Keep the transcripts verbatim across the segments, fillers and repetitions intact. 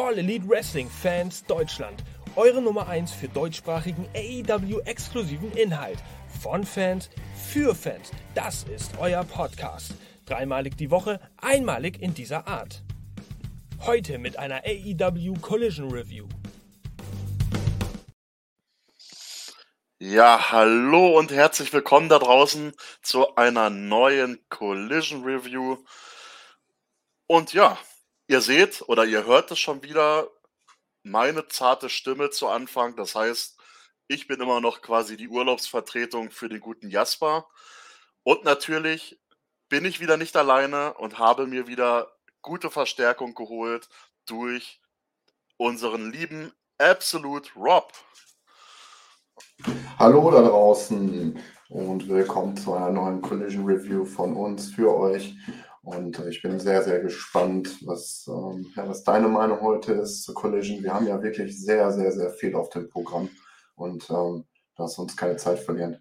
All Elite Wrestling Fans Deutschland. Eure Nummer eins für deutschsprachigen A E W-exklusiven Inhalt. Von Fans, für Fans. Das ist euer Podcast. Dreimalig die Woche, einmalig in dieser Art. Heute mit einer A E W Collision Review. Ja, hallo und herzlich willkommen da draußen zu einer neuen Collision Review. Und ja, ihr seht oder ihr hört es schon wieder, meine zarte Stimme zu Anfang. Das heißt, ich bin immer noch quasi die Urlaubsvertretung für den guten Jasper. Und natürlich bin ich wieder nicht alleine und habe mir wieder gute Verstärkung geholt durch unseren lieben Absolute Rob. Hallo da draußen und willkommen zu einer neuen Collision Review von uns für euch. Und ich bin sehr, sehr gespannt, was, ähm, ja, was deine Meinung heute ist zur Collision. Wir haben ja wirklich sehr, sehr, sehr viel auf dem Programm und ähm, lass uns keine Zeit verlieren.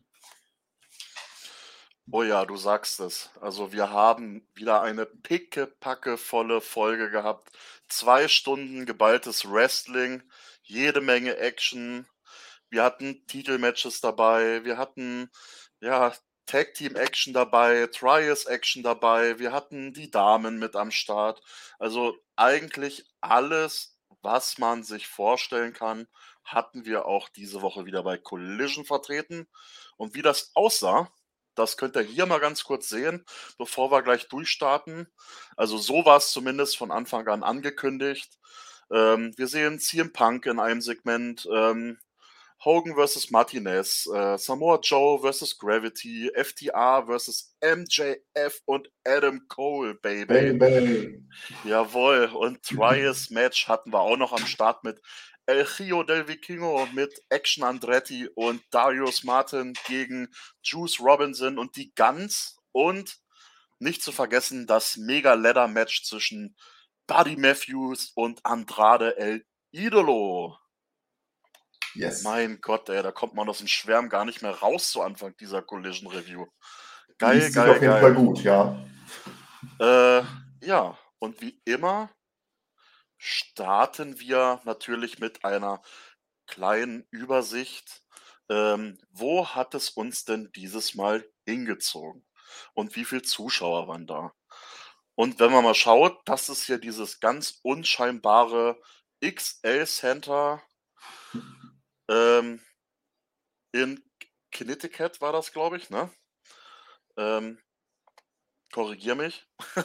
Oh ja, du sagst es. Also wir haben wieder eine pickepackevolle Folge gehabt. Zwei Stunden geballtes Wrestling, jede Menge Action. Wir hatten Titelmatches dabei, wir hatten ja Tag Team Action dabei, Trials Action dabei, wir hatten die Damen mit am Start. Also eigentlich alles, was man sich vorstellen kann, hatten wir auch diese Woche wieder bei Collision vertreten. Und wie das aussah, das könnt ihr hier mal ganz kurz sehen, bevor wir gleich durchstarten. Also so war es zumindest von Anfang an angekündigt. Ähm, wir sehen C M Punk in einem Segment, ähm, Hogan versus Martinez, äh, Samoa Joe versus Gravity, F T R versus M J F und Adam Cole, baby. Baby. Jawohl, und Trials Match hatten wir auch noch am Start mit El Hijo del Vikingo, mit Action Andretti und Darius Martin gegen Juice Robinson und die Guns. Und nicht zu vergessen das Mega-Ladder-Match zwischen Buddy Matthews und Andrade El Idolo. Yes. Mein Gott, ey, da kommt man aus dem Schwärm gar nicht mehr raus zu Anfang dieser Collision Review. Geil, Geil, Liest geil, sich auf jeden geil. Fall gut, ja. Äh, ja, und wie immer starten wir natürlich mit einer kleinen Übersicht. Ähm, wo hat es uns denn dieses Mal hingezogen? Und wie viele Zuschauer waren da? Und wenn man mal schaut, das ist hier dieses ganz unscheinbare X L-Center ähm, in Connecticut war das, glaube ich, ne? Ähm, korrigier mich.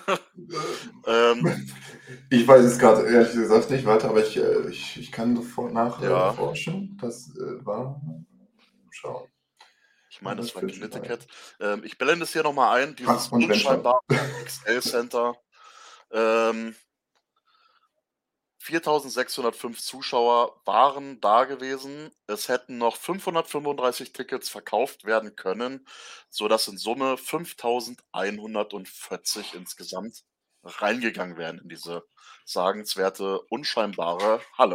ähm, Ich weiß es gerade ehrlich gesagt nicht weiter, aber ich, äh, ich, ich kann sofort Ja. nachforschen. Das äh, war. Schauen. Ich meine, Ja, das war führt schon Connecticut. Ähm, ich blende es hier nochmal ein, dieses Ach, und unscheinbare X L-Center. Ähm, viertausendsechshundertfünf Zuschauer waren da gewesen. Es hätten noch fünfhundertfünfunddreißig Tickets verkauft werden können, sodass in Summe fünftausendeinhundertvierzig insgesamt reingegangen wären in diese sagenswerte, unscheinbare Halle.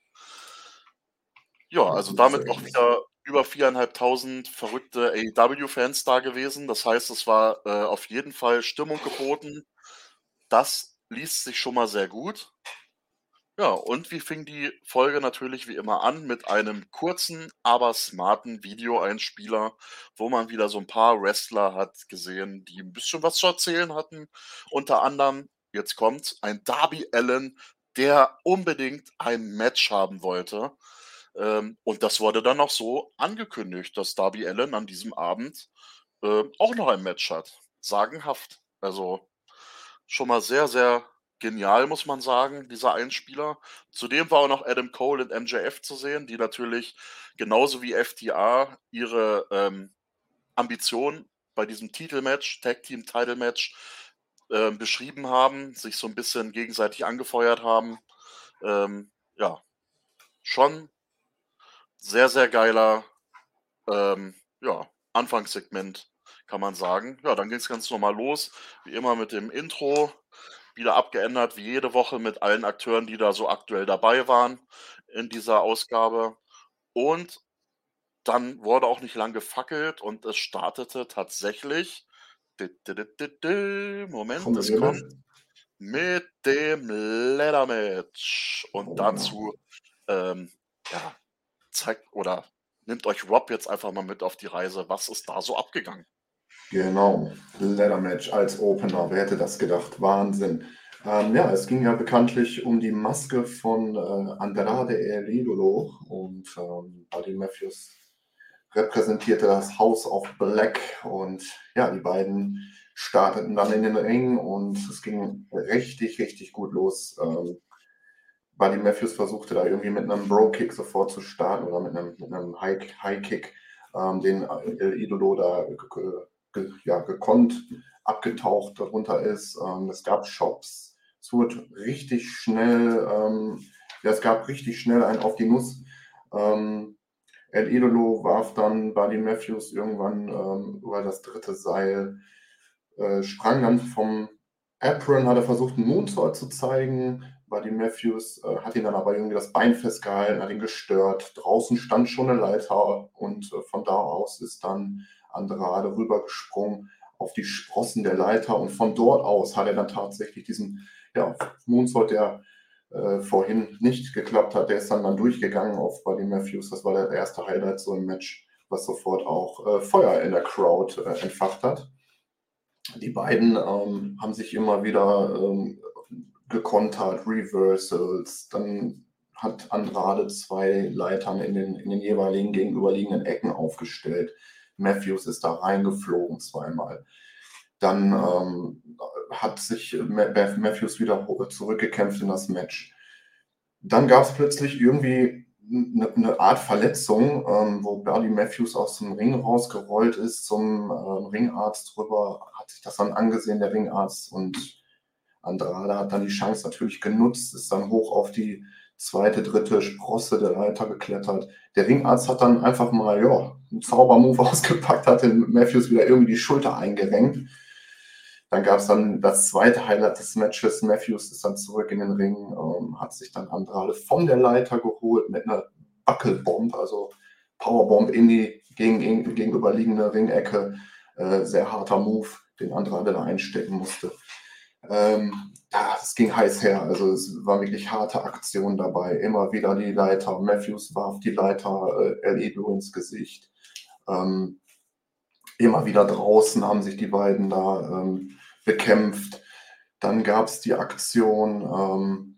Ja, also damit auch wieder über viertausendfünfhundert verrückte A E W-Fans da gewesen. Das heißt, es war äh, auf jeden Fall Stimmung geboten. Das liest sich schon mal sehr gut. Ja, und wie fing die Folge natürlich wie immer an mit einem kurzen, aber smarten Videoeinspieler, wo man wieder so ein paar Wrestler hat gesehen, die ein bisschen was zu erzählen hatten. Unter anderem, jetzt kommt ein Darby Allin, der unbedingt ein Match haben wollte. Ähm, und das wurde dann auch so angekündigt, dass Darby Allin an diesem Abend äh, auch noch ein Match hat. Sagenhaft. Also schon mal sehr, sehr genial, muss man sagen, dieser Einspieler. Zudem war auch noch Adam Cole und M J F zu sehen, die natürlich genauso wie F T R ihre ähm, Ambitionen bei diesem Titelmatch, Tag Team Title Match, äh, beschrieben haben, sich so ein bisschen gegenseitig angefeuert haben. Ähm, ja, schon sehr, sehr geiler ähm, ja, Anfangssegment, kann man sagen. Ja, dann ging es ganz normal los, wie immer mit dem Intro, wieder abgeändert, wie jede Woche mit allen Akteuren, die da so aktuell dabei waren in dieser Ausgabe. Und dann wurde auch nicht lang gefackelt und es startete tatsächlich, Moment, es kommt, mit dem Ladder Match. Und Oh, dazu, ähm, ja, zeigt oder nimmt euch Rob jetzt einfach mal mit auf die Reise. Was ist da so abgegangen? Genau, Ladder Match als Opener, wer hätte das gedacht? Wahnsinn. Ähm, ja, es ging ja bekanntlich um die Maske von äh, Andrade El Idolo und ähm, Buddy Matthews repräsentierte das House of Black und ja, die beiden starteten dann in den Ring und es ging richtig, richtig gut los. Ähm, Buddy Matthews versuchte da irgendwie mit einem Bro-Kick sofort zu starten oder mit einem, mit einem High- High-Kick, ähm, den El Idolo da ge, ge, ja, gekonnt, abgetaucht darunter ist. Ähm, es gab Shops. Es wurde richtig schnell, ähm, ja, es gab richtig schnell einen auf die Nuss. Ähm, El Idolo warf dann Buddy Matthews irgendwann ähm, über das dritte Seil, äh, sprang dann vom Apron, hat er versucht, einen Moonsault zu zeigen. Buddy Matthews äh, hat ihn dann aber irgendwie das Bein festgehalten, hat ihn gestört. Draußen stand schon eine Leiter und äh, von da aus ist dann Andrade rübergesprungen auf die Sprossen der Leiter und von dort aus hat er dann tatsächlich diesen ja, Moonsault, der äh, vorhin nicht geklappt hat, der ist dann, dann durchgegangen auf Buddy Matthews. Das war der erste Highlight so im Match, was sofort auch äh, Feuer in der Crowd äh, entfacht hat. Die beiden ähm, haben sich immer wieder ähm, gekontert, Reversals. Dann hat Andrade zwei Leitern in den, in den jeweiligen gegenüberliegenden Ecken aufgestellt. Matthews ist da reingeflogen zweimal. Dann ähm, hat sich Matthews wieder zurückgekämpft in das Match. Dann gab es plötzlich irgendwie eine, eine Art Verletzung, ähm, wo Buddy Matthews aus dem Ring rausgerollt ist, zum äh, Ringarzt rüber, hat sich das dann angesehen, der Ringarzt, und Andrade hat dann die Chance natürlich genutzt, ist dann hoch auf die zweite, dritte Sprosse der Leiter geklettert. Der Ringarzt hat dann einfach mal ja, einen Zaubermove ausgepackt, hat den Matthews wieder irgendwie die Schulter eingerenkt. Dann gab es dann das zweite Highlight des Matches. Matthews ist dann zurück in den Ring, ähm, hat sich dann Andrade von der Leiter geholt mit einer Buckelbomb, also Powerbomb in die gegen, gegenüberliegende Ringecke. Äh, sehr harter Move, den Andrade da einstecken musste. Ähm, ja, es ging heiß her, also es war wirklich harte Aktion dabei. Immer wieder die Leiter. Matthews warf die Leiter äh, El Idolo ins Gesicht. Ähm, immer wieder draußen haben sich die beiden da ähm, bekämpft. Dann gab es die Aktion, ähm,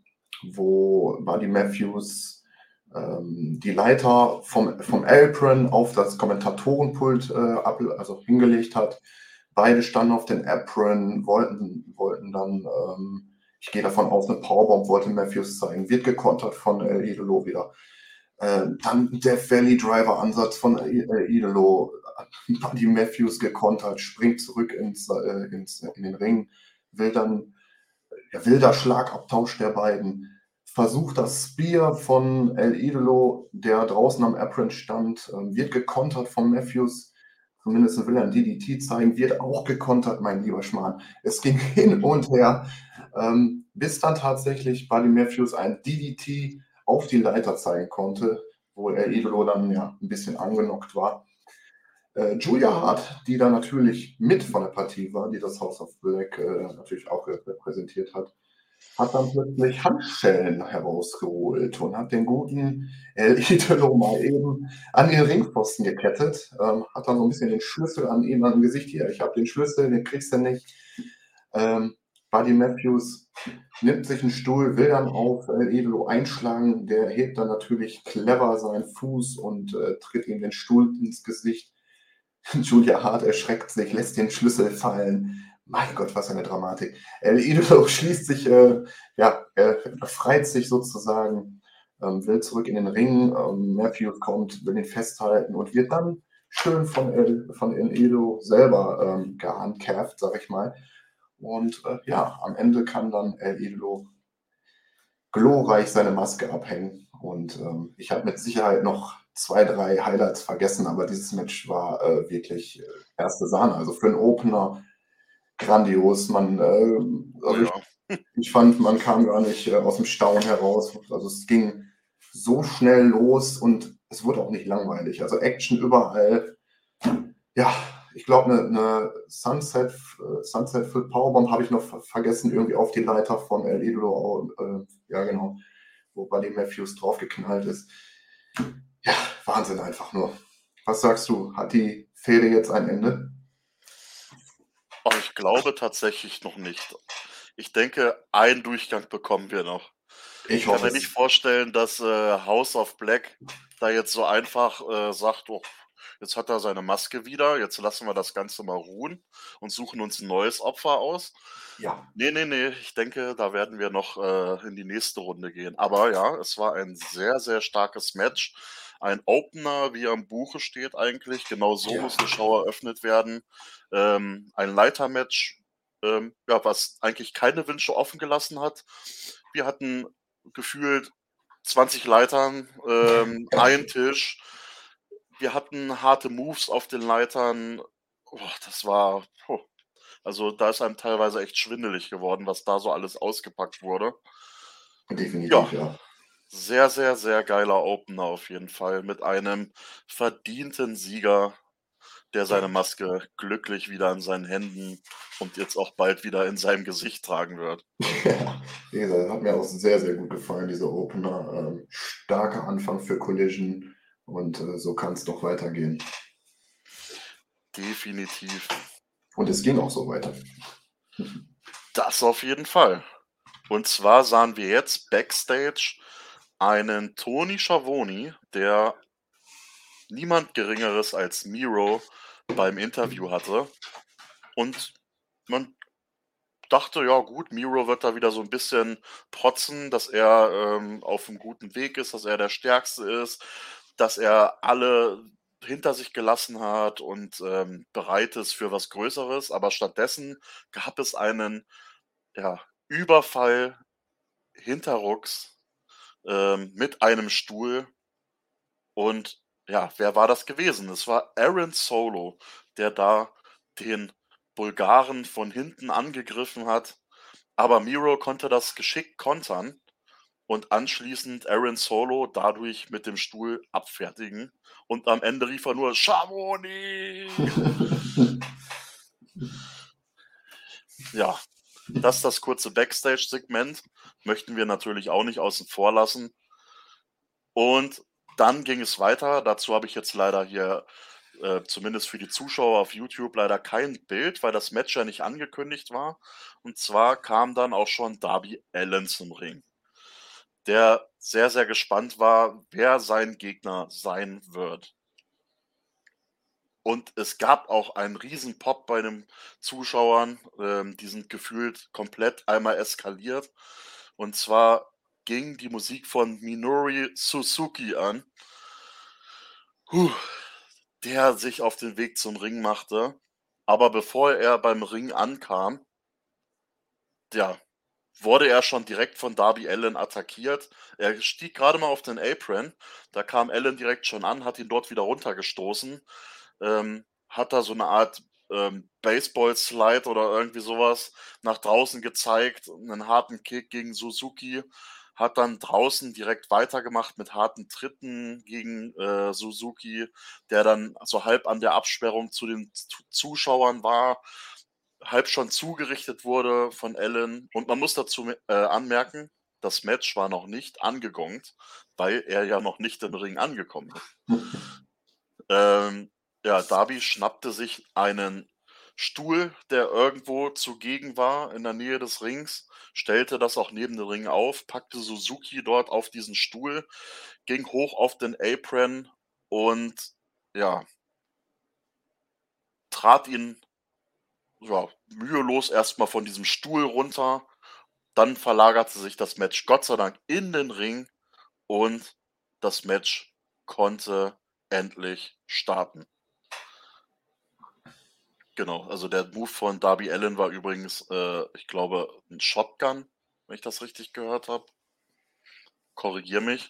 wo Buddy Matthews ähm, die Leiter vom, vom Apron auf das Kommentatorenpult äh, ab, also hingelegt hat. Beide standen auf den Apron, wollten, wollten dann, ähm, ich gehe davon aus, eine Powerbomb wollte Matthews zeigen, wird gekontert von El Idolo wieder. Äh, dann der Valley Driver Ansatz von El Idolo, Buddy Matthews gekontert, springt zurück ins, äh, ins, in den Ring, will dann, ja, wilder Schlagabtausch der beiden, versucht das Spear von El Idolo, der draußen am Apron stand, äh, wird gekontert von Matthews. Zumindest will er ein D D T zeigen, wird auch gekontert, mein lieber Schmarrn. Es ging hin und her, ähm, bis dann tatsächlich Buddy Matthews ein D D T auf die Leiter zeigen konnte, wo El Idolo dann ja ein bisschen angenockt war. Äh, Julia Hart, die da natürlich mit von der Partie war, die das House of Black äh, natürlich auch repräsentiert hat, hat dann plötzlich Handschellen herausgeholt und hat den guten El Idolo mal eben an den Ringpfosten gekettet, ähm, hat dann so ein bisschen den Schlüssel an ihm, an dem Gesicht hier, ich habe den Schlüssel, den kriegst du nicht. Ähm, Buddy Matthews nimmt sich einen Stuhl, will dann auf El Idolo einschlagen, der hebt dann natürlich clever seinen Fuß und äh, tritt ihm den Stuhl ins Gesicht. Julia Hart erschreckt sich, lässt den Schlüssel fallen. Mein Gott, was eine Dramatik. El Idolo schließt sich, äh, ja, er befreit sich sozusagen, ähm, will zurück in den Ring. Ähm, Matthews kommt, will ihn festhalten und wird dann schön von El, von El Idolo selber ähm, gehandcaved, sag ich mal. Und äh, ja, am Ende kann dann El Idolo glorreich seine Maske abhängen. Und ähm, ich habe mit Sicherheit noch zwei, drei Highlights vergessen, aber dieses Match war äh, wirklich äh, erste Sahne. Also für einen Opener grandios. Man, äh, also Ja. ich, ich fand, man kam gar nicht äh, aus dem Staunen heraus. Also es ging so schnell los und es wurde auch nicht langweilig. Also Action überall. Ja, ich glaube, eine, eine Sunset, äh, Sunset Flip Powerbomb habe ich noch ver vergessen, irgendwie auf die Leiter von El Idolo, äh, ja genau, wo Buddy Matthews draufgeknallt ist. Ja, Wahnsinn einfach nur. Was sagst du? Hat die Fehde jetzt ein Ende? Oh, ich glaube tatsächlich noch nicht. Ich denke, einen Durchgang bekommen wir noch. Ich Ich kann hoffe mir nicht es. vorstellen, dass äh, House of Black da jetzt so einfach äh, sagt, oh, jetzt hat er seine Maske wieder, jetzt lassen wir das Ganze mal ruhen und suchen uns ein neues Opfer aus. Ja, Nee, nee, nee, ich denke, da werden wir noch äh, in die nächste Runde gehen. Aber ja, es war ein sehr, sehr starkes Match. Ein Opener, wie er im Buche steht eigentlich. Genau so ja, muss eine Show eröffnet werden. Ähm, ein Leitermatch, ähm, ja, was eigentlich keine Wünsche offen gelassen hat. Wir hatten gefühlt zwanzig Leitern, ähm, einen Tisch. Wir hatten harte Moves auf den Leitern. Oh, das war, puh. Also da ist einem teilweise echt schwindelig geworden, was da so alles ausgepackt wurde. Ja, definitiv, ja. sehr, sehr, sehr geiler Opener auf jeden Fall mit einem verdienten Sieger, der seine Maske glücklich wieder in seinen Händen und jetzt auch bald wieder in seinem Gesicht tragen wird. Ja, wie gesagt, hat mir auch sehr, sehr gut gefallen, dieser Opener. Ähm, starker Anfang für Collision und äh, so kann es doch weitergehen. Definitiv. Und es ging auch so weiter. Das auf jeden Fall. Und zwar sahen wir jetzt backstage einen Tony Schiavone, der niemand Geringeres als Miro beim Interview hatte. Und man dachte, ja gut, Miro wird da wieder so ein bisschen protzen, dass er ähm, auf einem guten Weg ist, dass er der Stärkste ist, dass er alle hinter sich gelassen hat und ähm, bereit ist für was Größeres. Aber stattdessen gab es einen ja, Überfall hinterrucks ähm, mit einem Stuhl. Und ja, wer war das gewesen? Es war Aaron Solo, der da den Bulgaren von hinten angegriffen hat. Aber Miro konnte das geschickt kontern und anschließend Aaron Solo dadurch mit dem Stuhl abfertigen. Und am Ende rief er nur Schiavone! Ja, das ist das kurze Backstage-Segment. Möchten wir natürlich auch nicht außen vor lassen. Und dann ging es weiter. Dazu habe ich jetzt leider hier, äh, zumindest für die Zuschauer auf YouTube, leider kein Bild, weil das Match ja nicht angekündigt war. Und zwar kam dann auch schon Darby Allin zum Ring, der sehr, sehr gespannt war, wer sein Gegner sein wird. Und es gab auch einen riesen Pop bei den Zuschauern. Ähm, die sind gefühlt komplett einmal eskaliert. Und zwar ging die Musik von Minoru Suzuki an, Huh, der sich auf den Weg zum Ring machte. Aber bevor er beim Ring ankam, ja, wurde er schon direkt von Darby Allin attackiert. Er stieg gerade mal auf den Apron. Da kam Allin direkt schon an, hat ihn dort wieder runtergestoßen. Ähm, hat da so eine Art ähm, Baseball-Slide oder irgendwie sowas nach draußen gezeigt. Einen harten Kick gegen Suzuki. Hat dann draußen direkt weitergemacht mit harten Tritten gegen äh, Suzuki, der dann so halb an der Absperrung zu den Zu- Zuschauern war, halb schon zugerichtet wurde von Allen. Und man muss dazu äh, anmerken, das Match war noch nicht angegongt, weil er ja noch nicht im Ring angekommen ist. Ähm, ja, Darby schnappte sich einen Stuhl, der irgendwo zugegen war in der Nähe des Rings, stellte das auch neben den Ring auf, packte Suzuki dort auf diesen Stuhl, ging hoch auf den Apron und ja, trat ihn ja, mühelos erstmal von diesem Stuhl runter. Dann verlagerte sich das Match Gott sei Dank in den Ring und das Match konnte endlich starten. Genau, also der Move von Darby Allin war übrigens, äh, ich glaube, ein Shotgun, wenn ich das richtig gehört habe. Korrigier mich.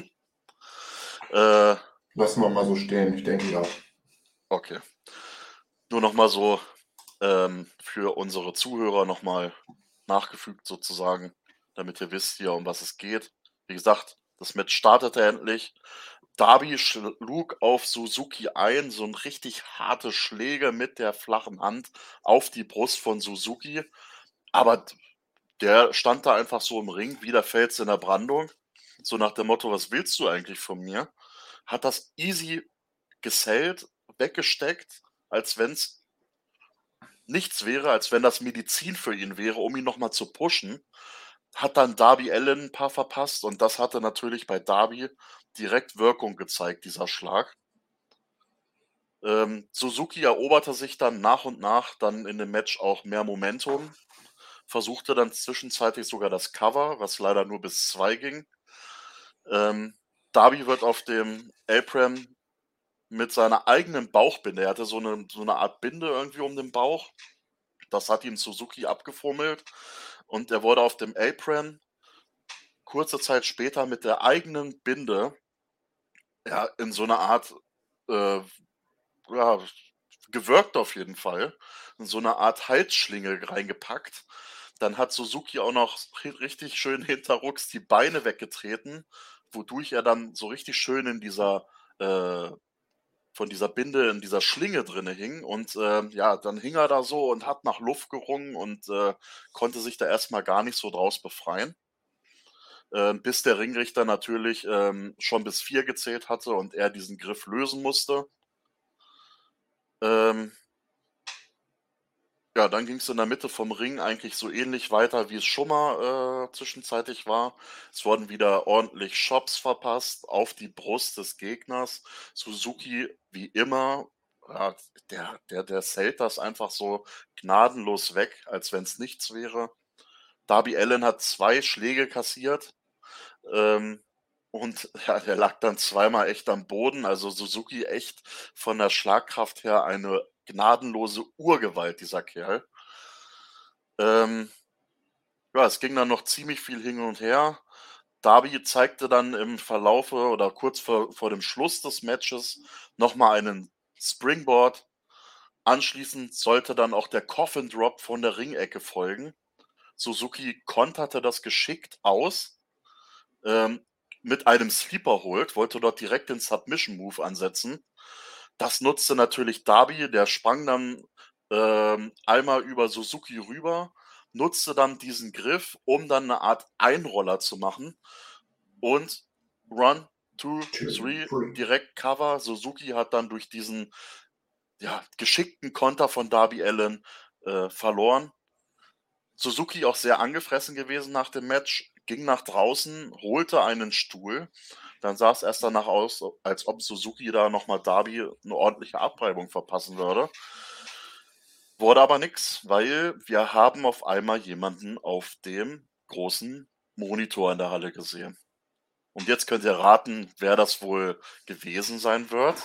äh, Lassen wir mal so stehen, ich denke ja. okay. Nur nochmal so ähm, für unsere Zuhörer nochmal nachgefügt sozusagen, damit ihr wisst hier, um was es geht. Wie gesagt, das Match startete endlich. Darby schlug auf Suzuki ein, so 'n richtig harte Schläge mit der flachen Hand auf die Brust von Suzuki, aber d der stand da einfach so im Ring wie der Fels in der Brandung, so nach dem Motto: „Was willst du eigentlich von mir?“ Hat das easy gesellt, weggesteckt, als wenn's nichts wäre, als wenn das Medizin für ihn wäre, um ihn noch mal zu pushen. Hat dann Darby Allin 'n paar verpasst und das hatte natürlich bei Darby direkt Wirkung gezeigt, dieser Schlag. Ähm, Suzuki eroberte sich dann nach und nach dann in dem Match auch mehr Momentum, versuchte dann zwischenzeitlich sogar das Cover, was leider nur bis zwei ging. Ähm, Darby wird auf dem Apron mit seiner eigenen Bauchbinde, er hatte so 'ne so 'ne Art Binde irgendwie um den Bauch. Das hat ihm Suzuki abgefummelt und er wurde auf dem Apron kurze Zeit später mit der eigenen Binde ja, in so 'ne Art, äh, ja, gewürgt auf jeden Fall, in so 'ne Art Halsschlinge reingepackt. Dann hat Suzuki auch noch ri richtig schön hinterrücks die Beine weggetreten, wodurch er dann so richtig schön in dieser äh, von dieser Binde in dieser Schlinge drinne hing und, ähm, ja, dann hing er da so und hat nach Luft gerungen und, äh, konnte sich da erst mal gar nicht so draus befreien. Ähm, bis der Ringrichter natürlich, ähm, schon bis vier gezählt hatte und er diesen Griff lösen musste. Ähm ja, dann ging's in der Mitte vom Ring eigentlich so ähnlich weiter, wie es schon mal, äh, zwischenzeitlich war. Es wurden wieder ordentlich Chops verpasst auf die Brust des Gegners. Suzuki, wie immer, ja, der der der sellt das einfach so gnadenlos weg, als wenn's nichts wäre. Darby Allin hat zwei Schläge kassiert, ähm, und ja, der lag dann zweimal echt am Boden. Also, Suzuki echt von der Schlagkraft her eine gnadenlose Urgewalt, dieser Kerl. Ähm, ja, es ging dann noch ziemlich viel hin und her. Darby zeigte dann im Verlaufe oder kurz vor vor dem Schluss des Matches noch mal einen Springboard. Anschließend sollte dann auch der Coffin Drop von der Ringecke folgen. Suzuki konterte das geschickt aus, ähm, mit einem Sleeper Hold, wollte dort direkt den Submission Move ansetzen. Das nutzte natürlich Darby, der sprang dann, ähm, einmal über Suzuki rüber, nutzte dann diesen Griff, um dann 'ne Art Einroller zu machen und one, two, three, direkt Cover. Suzuki hat dann durch diesen, ja, geschickten Konter von Darby Allin, äh, verloren. Suzuki auch sehr angefressen gewesen nach dem Match, ging nach draußen, holte einen Stuhl. Dann sah's erst danach aus, als ob Suzuki da noch mal Darby 'ne ordentliche Abreibung verpassen würde. Wurde aber nix, weil wir haben auf einmal jemanden auf dem großen Monitor in der Halle gesehen. Und jetzt könnt ihr raten, wer das wohl gewesen sein wird.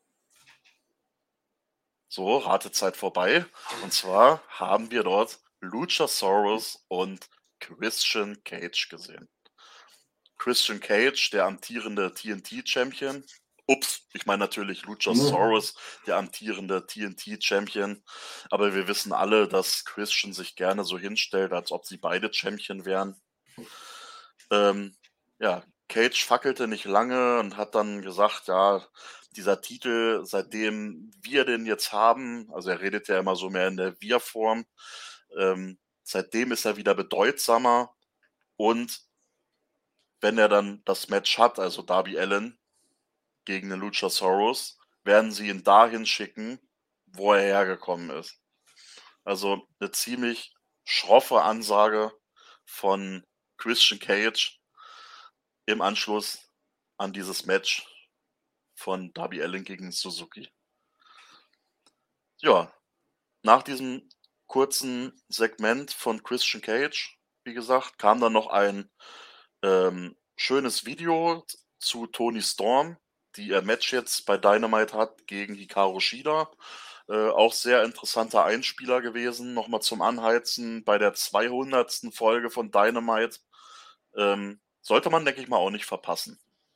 So, Ratezeit vorbei. Und zwar haben wir dort Luchasaurus und Christian Cage gesehen. Christian Cage, der amtierende TNT-Champion. Ups, ich meine natürlich Luchasaurus, der amtierende TNT-Champion. Aber wir wissen alle, dass Christian sich gerne so hinstellt, als ob sie beide Champion wären. Ähm, ja, Cage fackelte nicht lange und hat dann gesagt: „Ja, dieser Titel, seitdem wir den jetzt haben“, also er redet ja immer so mehr in der Wir-Form, ähm, „seitdem ist er wieder bedeutsamer und“ „wenn er dann das Match hat, also Darby Allin gegen den Luchasaurus, werden sie ihn dahin schicken, wo er hergekommen ist.“ Also 'ne ziemlich schroffe Ansage von Christian Cage im Anschluss an dieses Match von Darby Allin gegen Suzuki. Ja, nach diesem kurzen Segment von Christian Cage, wie gesagt, kam dann noch ein, ähm, schönes Video z zu Toni Storm, die ihr Match jetzt bei Dynamite hat gegen Hikaru Shida. Äh, auch sehr interessanter Einspieler gewesen, noch mal zum Anheizen bei der zweihundertsten Folge von Dynamite. Ähm, sollte man, denke ich mal, auch nicht verpassen.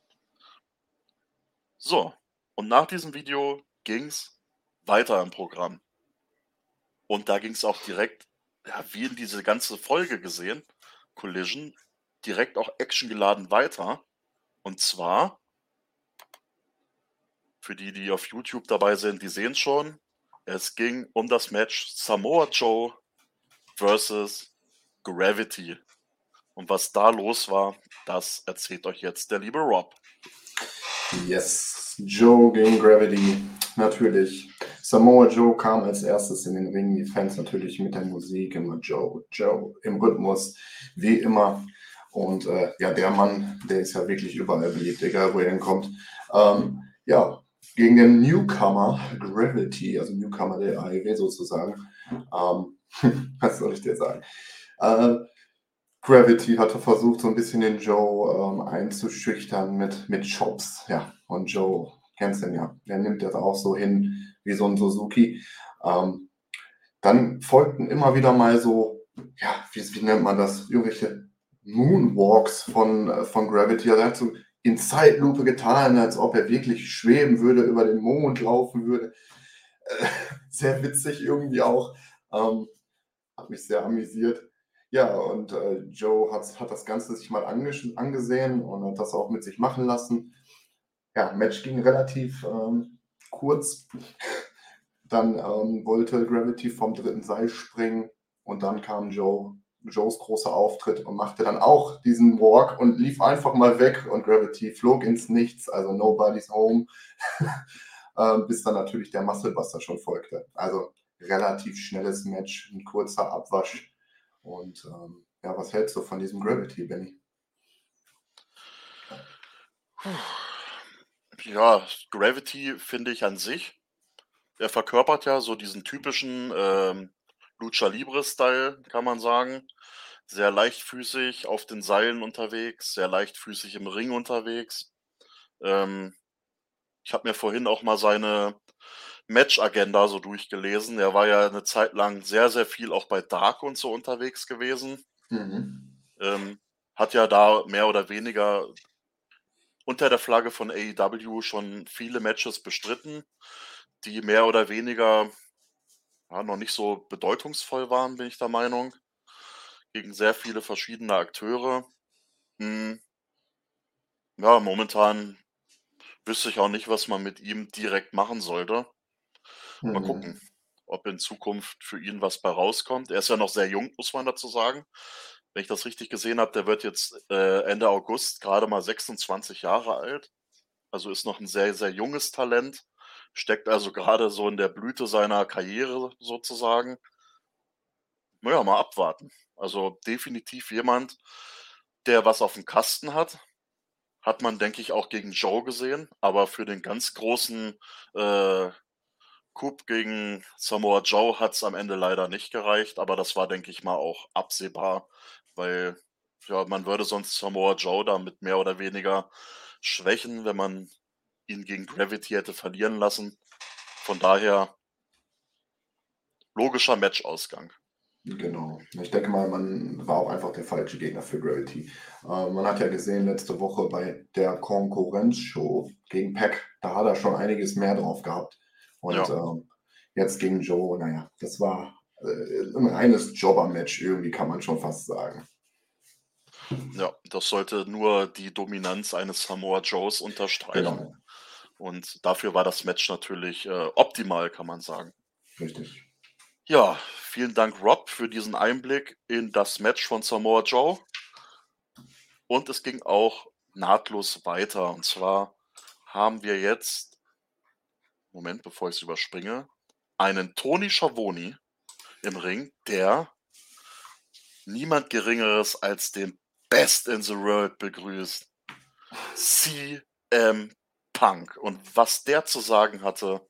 So, und nach diesem Video ging's weiter im Programm. Und da ging's auch direkt, ja, wie in diese ganze Folge gesehen, Collision, direkt auch actiongeladen weiter. Und zwar Für die, die auf YouTube dabei sind, die sehen es schon. Es ging um das Match Samoa Joe versus Gravity. Und was da los war, das erzählt euch jetzt der liebe Rob. Yes, Joe gegen Gravity, natürlich. Samoa Joe kam als erstes in den Ring, die Fans natürlich mit der Musik, immer Joe, Joe im Rhythmus, wie immer. Und äh, ja, der Mann, der ist ja wirklich überall beliebt, egal wo er hinkommt. Ähm, ja, gegen den Newcomer Gravity, also Newcomer der A E W sozusagen. Ähm, was soll ich dir sagen? Äh, Gravity hatte versucht, so ein bisschen den Joe ähm, einzuschüchtern mit, mit Chops. Ja, und Joe, kennst du den ja, der nimmt das auch so hin wie so ein Suzuki. Ähm, dann folgten immer wieder mal so, ja, wie, wie nennt man das, irgendwelche Moonwalks von, äh, von Gravity. Also er hat so in Zeitlupe getan, als ob er wirklich schweben würde, über den Mond laufen würde. Äh, sehr witzig irgendwie auch. Ähm, hat mich sehr amüsiert. Ja, und äh, Joe hat, hat das Ganze sich mal ange- angesehen und hat das auch mit sich machen lassen. Ja, Match ging relativ ähm, kurz. Dann ähm, wollte Gravity vom dritten Seil springen und dann kam Joe, Joes großer Auftritt und machte dann auch diesen Walk und lief einfach mal weg und Gravity flog ins Nichts, also nobody's home, äh, bis dann natürlich der Musclebuster schon folgte. Also relativ schnelles Match, ein kurzer Abwasch. Und ähm, ja, was hältst du von diesem Gravity, Benny? Ja, Gravity finde ich an sich, er verkörpert ja so diesen typischen ähm, Lucha Libre-Style, kann man sagen. Sehr leichtfüßig auf den Seilen unterwegs, sehr leichtfüßig im Ring unterwegs. Ähm, ich habe mir vorhin auch mal seine Match-Agenda so durchgelesen. Er war ja eine Zeit lang sehr, sehr viel auch bei Dark und so unterwegs gewesen. Mhm. Ähm, hat ja da mehr oder weniger unter der Flagge von A E W schon viele Matches bestritten, die mehr oder weniger ja, noch nicht so bedeutungsvoll waren, bin ich der Meinung, gegen sehr viele verschiedene Akteure. Hm, ja, momentan wüsste ich auch nicht, was man mit ihm direkt machen sollte. Mal gucken, Mhm. ob in Zukunft für ihn was bei rauskommt. Er ist ja noch sehr jung, muss man dazu sagen. Wenn ich das richtig gesehen habe, der wird jetzt äh, Ende August gerade mal sechsundzwanzig Jahre alt. Also ist noch ein sehr, sehr junges Talent. Steckt also gerade so in der Blüte seiner Karriere sozusagen. Na ja, mal abwarten. Also definitiv jemand, der was auf dem Kasten hat. Hat man, denke ich, auch gegen Joe gesehen. Aber für den ganz großen äh, Coup gegen Samoa Joe hat es am Ende leider nicht gereicht. Aber das war, denke ich mal, auch absehbar, weil ja, man würde sonst Samoa Joe damit mehr oder weniger schwächen, wenn man ihn gegen Gravity hätte verlieren lassen. Von daher logischer Matchausgang. Genau. Ich denke mal, man war auch einfach der falsche Gegner für Gravity. Äh, man hat ja gesehen, letzte Woche bei der Konkurrenzshow gegen Pac, da hat er schon einiges mehr drauf gehabt. Und Ja, ähm, jetzt gegen Joe, naja, das war äh, ein reines Jobber-Match, irgendwie kann man schon fast sagen. ja, das sollte nur die Dominanz eines Samoa Joes unterstreichen. Genau, Und dafür war das Match natürlich äh, optimal, kann man sagen. richtig. Ja, vielen Dank, Rob, für diesen Einblick in das Match von Samoa Joe. Und es ging auch nahtlos weiter. Und zwar haben wir jetzt, Moment, bevor ich es überspringe, einen Tony Schiavone im Ring, der niemand Geringeres als den Best in the World begrüßt. C M Punk. Und was der zu sagen hatte,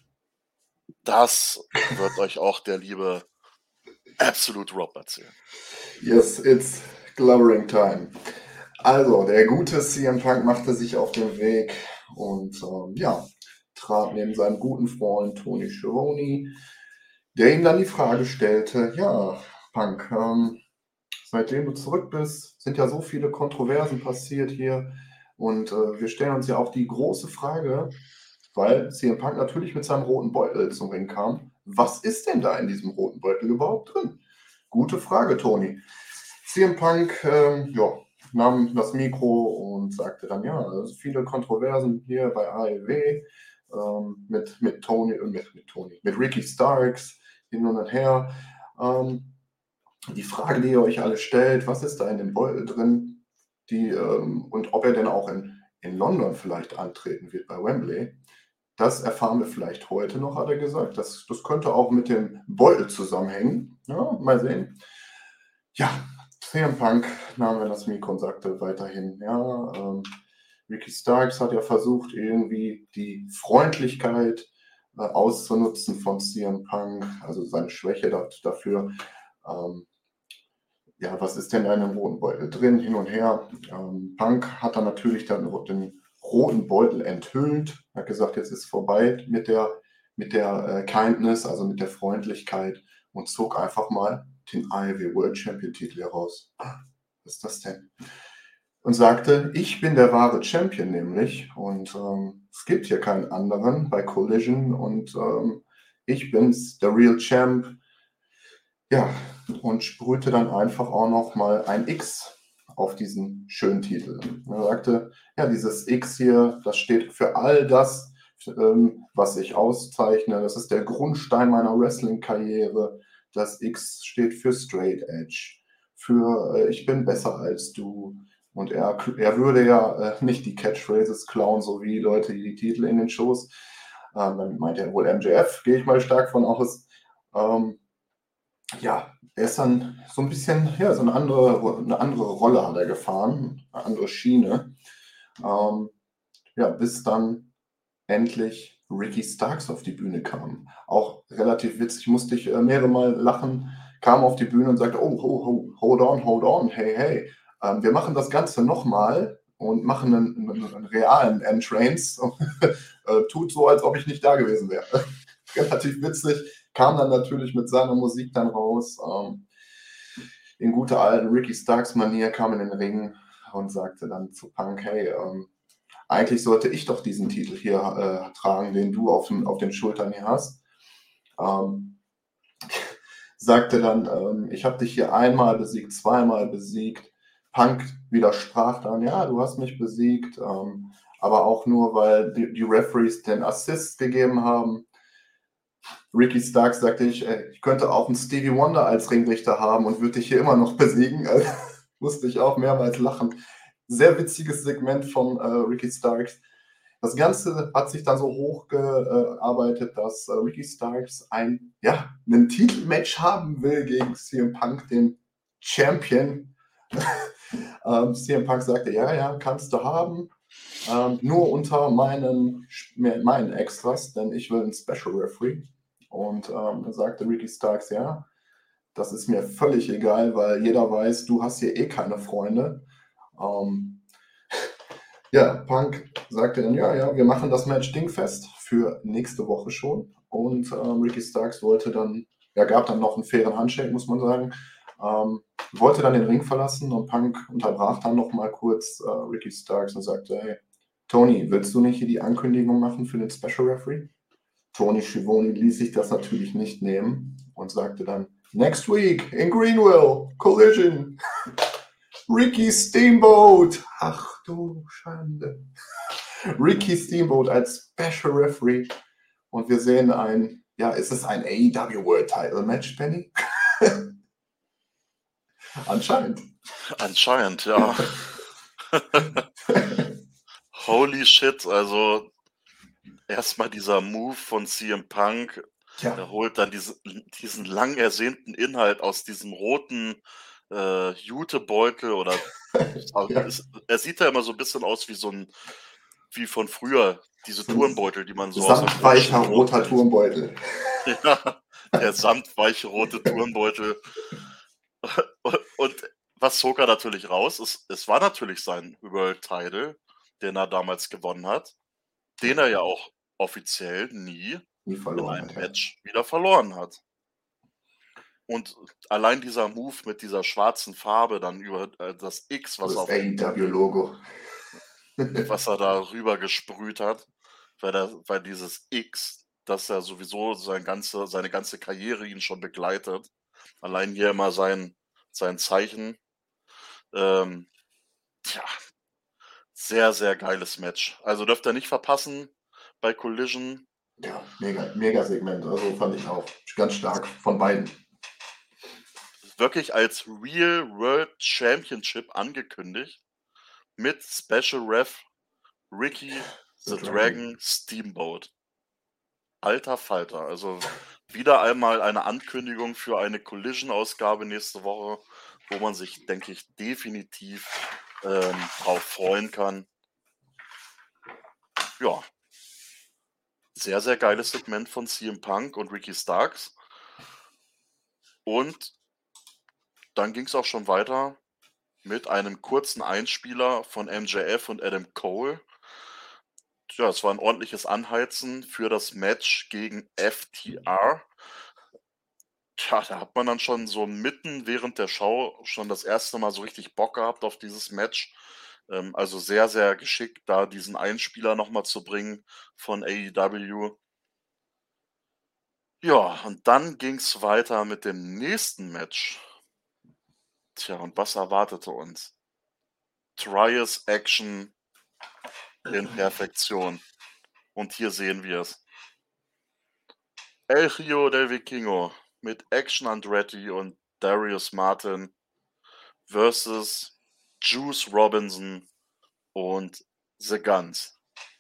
das wird euch auch der liebe Absolute Rob erzählen. Yes, it's Glovering time. Also, der gute C M Punk machte sich auf den Weg und ähm, ja, trat neben seinem guten Freund Tony Schiavone, der ihm dann die Frage stellte, ja, Punk, ähm, seitdem du zurück bist, sind ja so viele Kontroversen passiert hier und äh, wir stellen uns ja auch die große Frage, weil C M Punk natürlich mit seinem roten Beutel zum Ring kam, was ist denn da in diesem roten Beutel überhaupt drin? Gute Frage, Tony. C M Punk ähm, ja, nahm das Mikro und sagte dann, ja, es viele Kontroversen hier bei A E W. ähm, mit, mit Tony, äh, mit, mit Tony, mit Ricky Starks hin und her. Ähm, die Frage, die ihr euch alle stellt, was ist da in dem Beutel drin? Die, ähm, und ob er denn auch in, in London vielleicht antreten wird bei Wembley. Das erfahren wir vielleicht heute noch, hat er gesagt. Das, das könnte auch mit dem Beutel zusammenhängen. Ja, mal sehen. Ja, C M Punk nahm er das Mikro und sagte weiterhin, ja, ähm, Ricky Starks hat ja versucht, irgendwie die Freundlichkeit äh, auszunutzen von C M Punk, also seine Schwäche da, dafür. Ähm, ja, was ist denn in einem roten Beutel drin, hin und her. Ähm, Punk hat dann natürlich dann den roten Beutel enthüllt, hat gesagt, jetzt ist vorbei mit der, mit der äh, Kindness, also mit der Freundlichkeit und zog einfach mal den I W World Champion Titel heraus. Was ist das denn? Und sagte, ich bin der wahre Champion nämlich und ähm, es gibt hier keinen anderen bei Collision und ähm, ich bin's, der Real Champ. Ja, und sprühte dann einfach auch noch mal ein X auf diesen schönen Titel. Er sagte, ja, dieses X hier, das steht für all das, ähm, was ich auszeichne. Das ist der Grundstein meiner Wrestling-Karriere. Das X steht für Straight Edge, für äh, ich bin besser als du. Und er, er würde ja äh, nicht die Catchphrases klauen, so wie Leute, die die Titel in den Shows. Ähm, dann meint er wohl M J F, gehe ich mal stark von aus. Ähm, ja, er ist dann so ein bisschen, ja, so eine andere, eine andere Rolle hat er gefahren, eine andere Schiene. Ähm, ja, bis dann endlich Ricky Starks auf die Bühne kam. Auch relativ witzig, musste ich äh, mehrere Mal lachen, kam auf die Bühne und sagte, oh, oh, oh hold on, hold on, hey, hey, ähm, wir machen das Ganze nochmal und machen einen, einen, einen realen Entrance. äh, tut so, als ob ich nicht da gewesen wäre. Relativ witzig, kam dann natürlich mit seiner Musik dann raus. Ähm, in guter alten Ricky Starks-Manier kam in den Ring und sagte dann zu Punk, hey, ähm, eigentlich sollte ich doch diesen Titel hier äh, tragen, den du auf den, auf den Schultern hier hast. Ähm, sagte dann, ähm, ich habe dich hier einmal besiegt, zweimal besiegt. Punk widersprach dann, ja, du hast mich besiegt, ähm, aber auch nur, weil die, die Referees den Assist gegeben haben. Ricky Starks sagte ich, ey, ich könnte auch einen Stevie Wonder als Ringrichter haben und würde dich hier immer noch besiegen. Also, musste ich auch mehrmals lachen. Sehr witziges Segment von äh, Ricky Starks. Das Ganze hat sich dann so hochgearbeitet, dass äh, Ricky Starks ein, ja, einen Titelmatch haben will gegen C M Punk, den Champion. ähm, C M Punk sagte, ja, ja, kannst du haben. Ähm, nur unter meinen, meinen Extras, denn ich will einen Special Referee. Und ähm, dann sagte Ricky Starks, ja, das ist mir völlig egal, weil jeder weiß, du hast hier eh keine Freunde. Ähm, ja, Punk sagte dann, ja, ja, wir machen das Match dingfest für nächste Woche schon. Und ähm, Ricky Starks wollte dann, er ja, gab dann noch einen fairen Handshake, muss man sagen, ähm, wollte dann den Ring verlassen und Punk unterbrach dann noch mal kurz äh, Ricky Starks und sagte, hey, Tony, willst du nicht hier die Ankündigung machen für den Special Referee? Tony Schiavone ließ sich das natürlich nicht nehmen und sagte dann, next week in Greenville, Collision, Ricky Steamboat. Ach du Schande. Ricky Steamboat als Special Referee und wir sehen ein, ja, ist es ein A E W World Title Match, Benny? Anscheinend. Anscheinend, ja. Holy shit, also erstmal dieser Move von C M Punk, Ja. er holt dann diese, diesen lang ersehnten Inhalt aus diesem roten äh, Jutebeutel oder Ja. es, er sieht ja immer so ein bisschen aus wie so ein, wie von früher, diese So ein Turnbeutel, die man so aus der samtweicher Grundschule roter kennt. Turmbeutel. Ja, der samtweiche rote Turnbeutel. Und, und was zog er natürlich raus? Es, es war natürlich sein World Title, den er damals gewonnen hat, den er ja auch offiziell nie Nie in verloren einem hat, ja. Match wieder verloren hat. Und allein dieser Move mit dieser schwarzen Farbe dann über äh, das X, was Das auf A E W-Logo. was er da rüber gesprüht hat, weil, er, weil dieses X, das ja sowieso sein ganze, seine ganze Karriere ihn schon begleitet, allein hier immer sein, sein Zeichen, ähm, tja, sehr, sehr geiles Match. Also dürft ihr nicht verpassen bei Collision. Ja, mega, mega Segment. Also fand ich auch ganz stark von beiden. Wirklich als Real World Championship angekündigt. Mit Special Ref Ricky the, The Dragon. Dragon. Steamboat. Alter Falter. Also wieder einmal eine Ankündigung für eine Collision-Ausgabe nächste Woche, wo man sich, denke ich, definitiv ähm, drauf freuen kann. Ja. Sehr, sehr geiles Segment von C M Punk und Ricky Starks. Und dann ging es auch schon weiter mit einem kurzen Einspieler von M J F und Adam Cole. Ja, es war ein ordentliches Anheizen für das Match gegen F T R. Tja, da hat man dann schon so mitten während der Show schon das erste Mal so richtig Bock gehabt auf dieses Match. Ähm, also sehr, sehr geschickt, da diesen Einspieler nochmal zu bringen von A E W. Ja, und dann ging es weiter mit dem nächsten Match. Tja, und was erwartete uns? Trias Action in Perfektion. Und hier sehen wir es. El Rio del Vikingo mit Action Andretti und Darius Martin versus Juice Robinson und The Guns.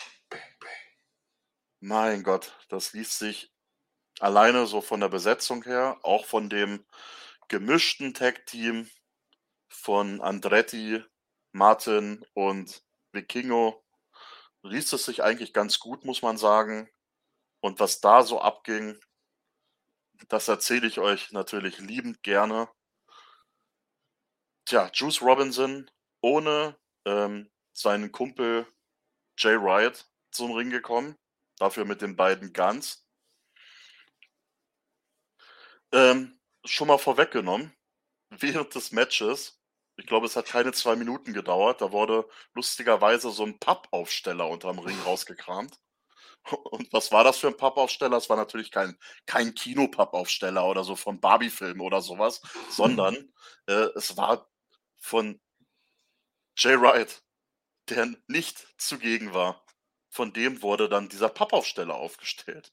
Mein Gott, das liest sich alleine so von der Besetzung her, auch von dem gemischten Tag-Team von Andretti, Martin und Vikingo, liest es sich eigentlich ganz gut, muss man sagen. Und was da so abging, das erzähle ich euch natürlich liebend gerne. Tja, Juice Robinson ohne ähm, seinen Kumpel Jay Wright zum Ring gekommen. Dafür mit den beiden Guns. Ähm, schon mal vorweggenommen, während des Matches, ich glaube, es hat keine zwei Minuten gedauert, da wurde lustigerweise so ein Pappaufsteller unterm Ring rausgekramt. Und was war das für ein Pappaufsteller? Es war natürlich kein, kein Kinopappaufsteller oder so vom Barbie-Film oder sowas, sondern äh, es war von Jay Wright, der nicht zugegen war. Von dem wurde dann dieser Pappaufsteller aufgestellt.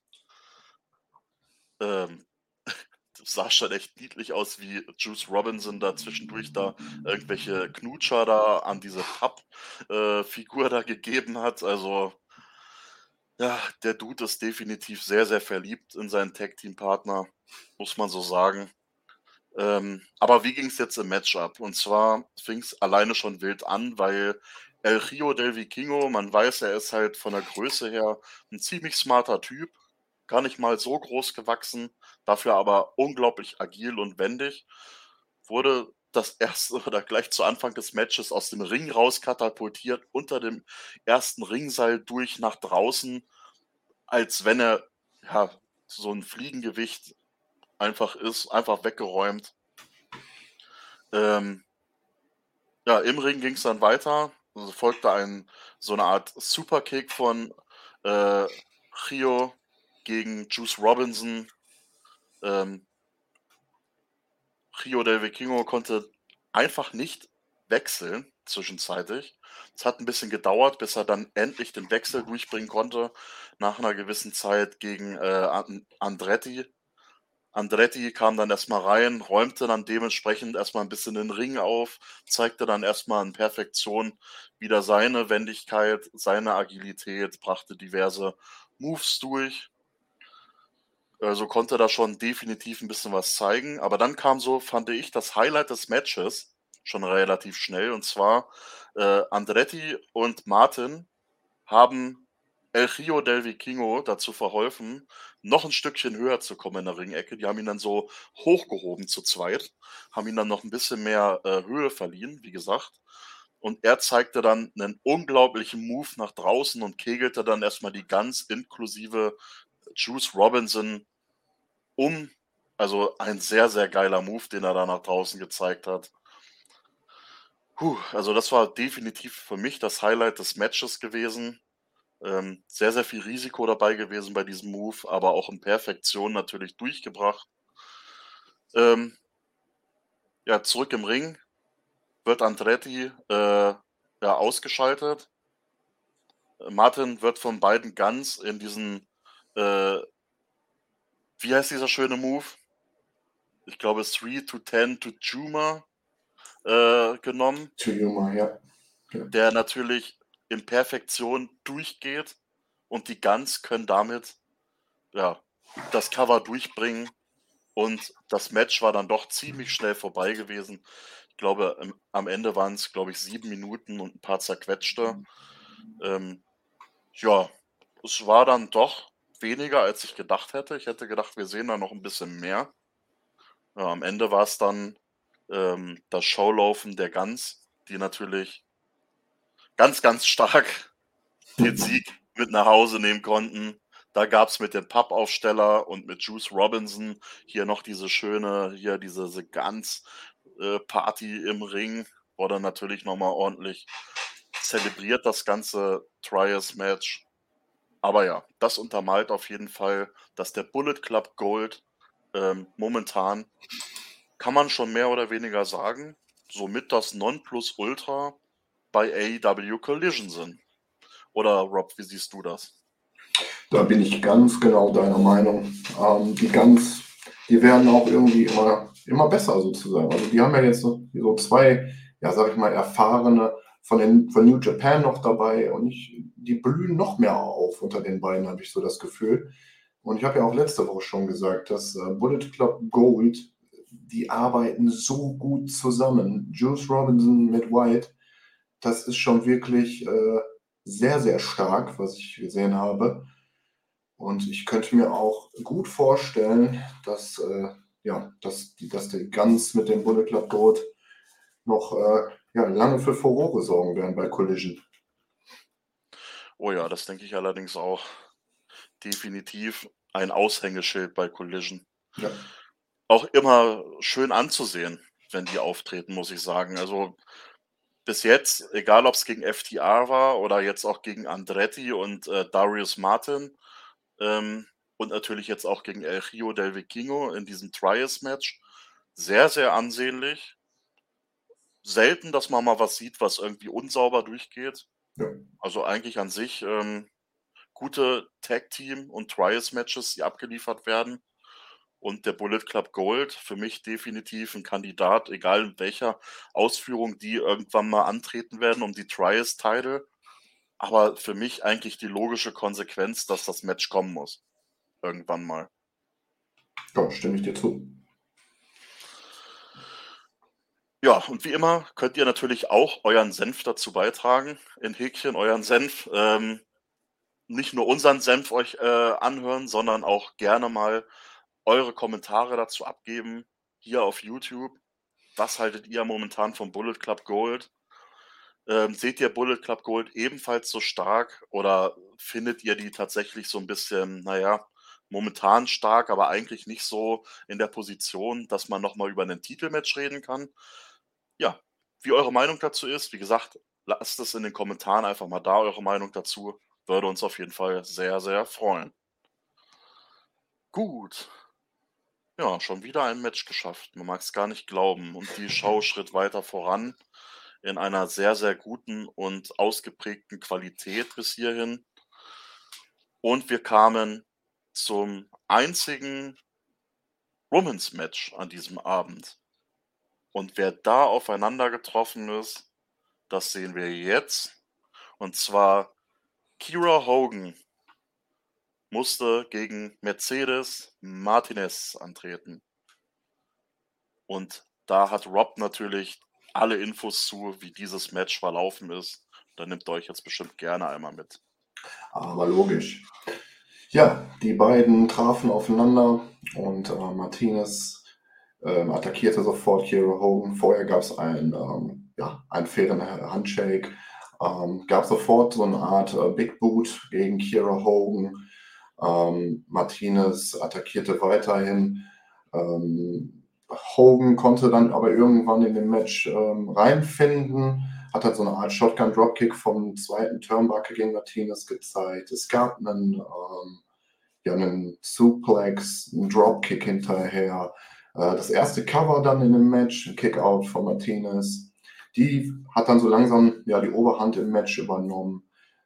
Ähm, das sah schon echt niedlich aus, wie Juice Robinson da zwischendurch da irgendwelche Knutscher da an diese Pappfigur äh, da gegeben hat. Also, ja, der Dude ist definitiv sehr, sehr verliebt in seinen Tag-Team-Partner, muss man so sagen. Ähm, aber wie ging es jetzt im Matchup? Und zwar fing es alleine schon wild an, weil El Rio del Vikingo, man weiß, er ist halt von der Größe her ein ziemlich smarter Typ, gar nicht mal so groß gewachsen, dafür aber unglaublich agil und wendig, wurde das erste oder gleich zu Anfang des Matches aus dem Ring raus katapultiert, unter dem ersten Ringseil durch nach draußen, als wenn er ja so ein Fliegengewicht einfach ist, einfach weggeräumt. Ähm, ja, im Ring ging es dann weiter. Also folgte ein so eine Art Superkick von äh, Rio gegen Juice Robinson. Ähm, Rio del Vikingo konnte einfach nicht wechseln zwischenzeitlich. Es hat ein bisschen gedauert, bis er dann endlich den Wechsel durchbringen konnte, nach einer gewissen Zeit gegen äh, An- Andretti. Andretti kam dann erstmal rein, räumte dann dementsprechend erstmal ein bisschen den Ring auf, zeigte dann erstmal in Perfektion wieder seine Wendigkeit, seine Agilität, brachte diverse Moves durch. Also konnte da schon definitiv ein bisschen was zeigen. Aber dann kam so, fand ich, das Highlight des Matches schon relativ schnell. Und zwar äh, Andretti und Martin haben El Rio del Vikingo dazu verholfen, noch ein Stückchen höher zu kommen in der Ringecke. Die haben ihn dann so hochgehoben zu zweit, haben ihm dann noch ein bisschen mehr äh, Höhe verliehen, wie gesagt. Und er zeigte dann einen unglaublichen Move nach draußen und kegelte dann erstmal die Guns inklusive Juice Robinson um. Also ein sehr, sehr geiler Move, den er da nach draußen gezeigt hat. Puh, also das war definitiv für mich das Highlight des Matches gewesen. Ähm, sehr, sehr viel Risiko dabei gewesen bei diesem Move, aber auch in Perfektion natürlich durchgebracht. Ähm, ja, zurück im Ring wird Andretti äh, ja, ausgeschaltet. Martin wird von beiden Guns in diesen, äh, wie heißt dieser schöne Move? Ich glaube three to ten to Juma äh, genommen. To Juma, ja. ja. Der natürlich in Perfektion durchgeht und die Guns können damit ja, das Cover durchbringen und das Match war dann doch ziemlich schnell vorbei gewesen. Ich glaube, im, am Ende waren es, glaube ich, sieben Minuten und ein paar zerquetschte. Ähm, ja, es war dann doch weniger, als ich gedacht hätte. Ich hätte gedacht, wir sehen da noch ein bisschen mehr. Ja, am Ende war es dann ähm, das Showlaufen der Guns, die natürlich ganz, ganz stark den Sieg mit nach Hause nehmen konnten. Da gab es mit dem Pappaufsteller und mit Juice Robinson hier noch diese schöne, hier diese, diese Guns-Party im Ring. Wurde natürlich nochmal ordentlich zelebriert, das ganze Trials-Match. Aber ja, das untermalt auf jeden Fall, dass der Bullet Club Gold ähm, momentan, kann man schon mehr oder weniger sagen, somit das Nonplusultra bei A E W Collision sind. Oder Rob, wie siehst du das? Da bin ich ganz genau deiner Meinung. Ähm, die Guns, die werden auch irgendwie immer, immer besser sozusagen. Also die haben ja jetzt so, so zwei, ja sag ich mal, erfahrene von, den, von New Japan noch dabei und ich, die blühen noch mehr auf unter den beiden, habe ich so das Gefühl. Und ich habe ja auch letzte Woche schon gesagt, dass äh, Bullet Club Gold, die arbeiten so gut zusammen. Juice Robinson mit White, das ist schon wirklich äh, sehr, sehr stark, was ich gesehen habe. Und ich könnte mir auch gut vorstellen, dass, äh, ja, dass, die, dass die Guns mit dem Bullet Club Gold noch äh, ja, lange für Furore sorgen werden bei Collision. Oh ja, das denke ich allerdings auch. Definitiv ein Aushängeschild bei Collision. Ja. Auch immer schön anzusehen, wenn die auftreten, muss ich sagen. Also bis jetzt, egal ob es gegen F T R war oder jetzt auch gegen Andretti und äh, Darius Martin ähm, und natürlich jetzt auch gegen El Rio del Vikingo in diesem Trials-Match, sehr, sehr ansehnlich. Selten, dass man mal was sieht, was irgendwie unsauber durchgeht. Ja. Also eigentlich an sich ähm, gute Tag-Team- und Trials-Matches, die abgeliefert werden. Und der Bullet Club Gold, für mich definitiv ein Kandidat, egal in welcher Ausführung die irgendwann mal antreten werden um die Trials-Title. Aber für mich eigentlich die logische Konsequenz, dass das Match kommen muss. Irgendwann mal. Ja, stimme ich dir zu. Ja, und wie immer könnt ihr natürlich auch euren Senf dazu beitragen. In Häkchen euren Senf. Ähm, nicht nur unseren Senf euch äh, anhören, sondern auch gerne mal eure Kommentare dazu abgeben, hier auf YouTube. Was haltet ihr momentan vom Bullet Club Gold? Ähm, seht ihr Bullet Club Gold ebenfalls so stark oder findet ihr die tatsächlich so ein bisschen, naja, momentan stark, aber eigentlich nicht so in der Position, dass man nochmal über einen Titelmatch reden kann? Ja, wie eure Meinung dazu ist, wie gesagt, lasst es in den Kommentaren einfach mal da, eure Meinung dazu. Würde uns auf jeden Fall sehr, sehr freuen. Gut. Ja, schon wieder ein Match geschafft. Man mag es gar nicht glauben. Und die Show schritt weiter voran in einer sehr, sehr guten und ausgeprägten Qualität bis hierhin. Und wir kamen zum einzigen Women's Match an diesem Abend. Und wer da aufeinander getroffen ist, das sehen wir jetzt. Und zwar Kira Hogan musste gegen Mercedes Martinez antreten. Und da hat Rob natürlich alle Infos zu, wie dieses Match verlaufen ist. Da nimmt ihr euch jetzt bestimmt gerne einmal mit. Aber logisch. Ja, die beiden trafen aufeinander und äh, Martinez ähm, attackierte sofort Kira Hogan. Vorher gab es ein, ähm, ja, einen fairen Handshake. Ähm, gab sofort so eine Art äh, Big Boot gegen Kira Hogan. Ähm, Martinez attackierte weiterhin. Ähm, Hogan konnte dann aber irgendwann in dem Match ähm, reinfinden, hat halt so eine Art Shotgun-Dropkick vom zweiten Turnbuckle gegen Martinez gezeigt. Es gab einen, ähm, ja, einen Suplex, einen Dropkick hinterher. Äh, das erste Cover dann in dem Match, ein Kickout von Martinez. Die hat dann so langsam ja, die Oberhand im Match übernommen.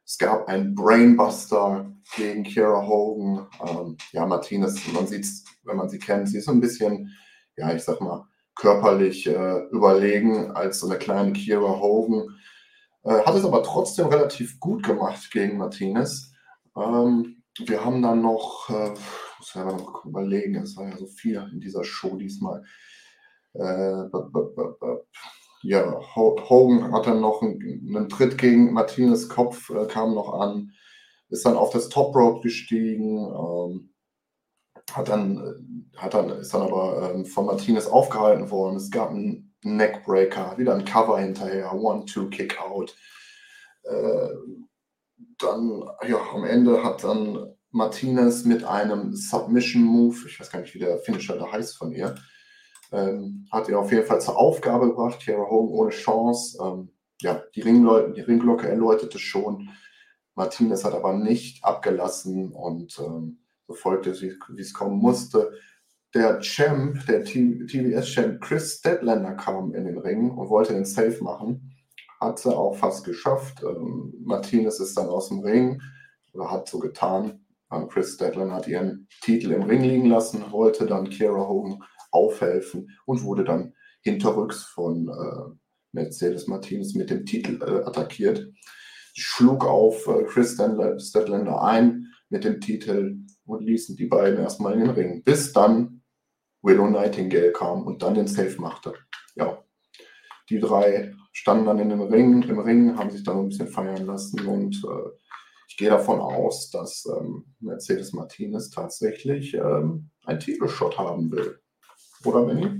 Es gab einen Brainbuster gegen Kiera Hogan. Ähm, ja, Martinez, man sieht es, wenn man sie kennt, sie ist so ein bisschen, ja, ich sag mal, körperlich äh, überlegen als so eine kleine Kiera Hogan. Äh, hat es aber trotzdem relativ gut gemacht gegen Martinez. Ähm, wir haben dann noch, äh, muss ja noch überlegen, es war ja so viel in dieser Show diesmal. Äh, b- b- b- b- ja, Hogan hat dann noch einen, einen Tritt gegen Martinez Kopf, äh, kam noch an, ist dann auf das Top Rope gestiegen, ähm, hat dann, hat dann, ist dann aber ähm, von Martinez aufgehalten worden. Es gab einen Neckbreaker, wieder ein Cover hinterher, One-Two-Kick-Out. Äh, dann, ja, am Ende hat dann Martinez mit einem Submission-Move, ich weiß gar nicht, wie der Finisher da heißt von ihr, ähm, hat ihr auf jeden Fall zur Aufgabe gebracht. Kiera Hogan ohne Chance. Ähm, ja, die, Ringleute, die Ringglocke erläuterte schon. Martinez hat aber nicht abgelassen und ähm, so folgte es, wie es kommen musste. Der Champ, der T V S-Champ Chris Statlander kam in den Ring und wollte den Save machen. Hat er auch fast geschafft. Ähm, Martinez ist dann aus dem Ring oder hat so getan. Ähm, Chris Statlander hat ihren Titel im Ring liegen lassen, wollte dann Kiera Hogan aufhelfen und wurde dann hinterrücks von äh, Mercedes Martinez mit dem Titel äh, attackiert. Schlug auf äh, Chris Statlander ein mit dem Titel und ließen die beiden erstmal in den Ring, bis dann Willow Nightingale kam und dann den Save machte. Ja, die drei standen dann in dem Ring, im Ring, haben sich dann ein bisschen feiern lassen und äh, ich gehe davon aus, dass ähm, Mercedes Martinez tatsächlich ähm, einen Titelshot haben will. Oder Benny?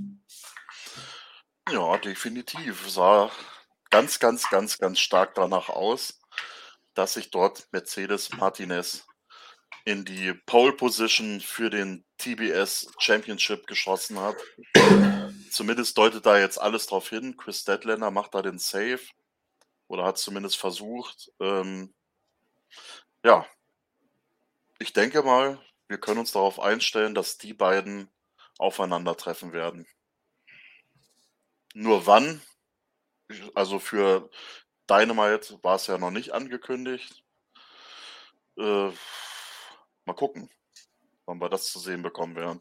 Ja, definitiv. Sah ganz, ganz, ganz, ganz stark danach aus, dass sich dort Mercedes Martinez in die Pole Position für den T B S Championship geschossen hat. Zumindest deutet da jetzt alles drauf hin. Chris Statlander macht da den Save oder hat zumindest versucht. Ähm, ja, ich denke mal, wir können uns darauf einstellen, dass die beiden aufeinandertreffen werden. Nur wann? Also für Dynamite war es ja noch nicht angekündigt. Äh, mal gucken, wann wir das zu sehen bekommen werden.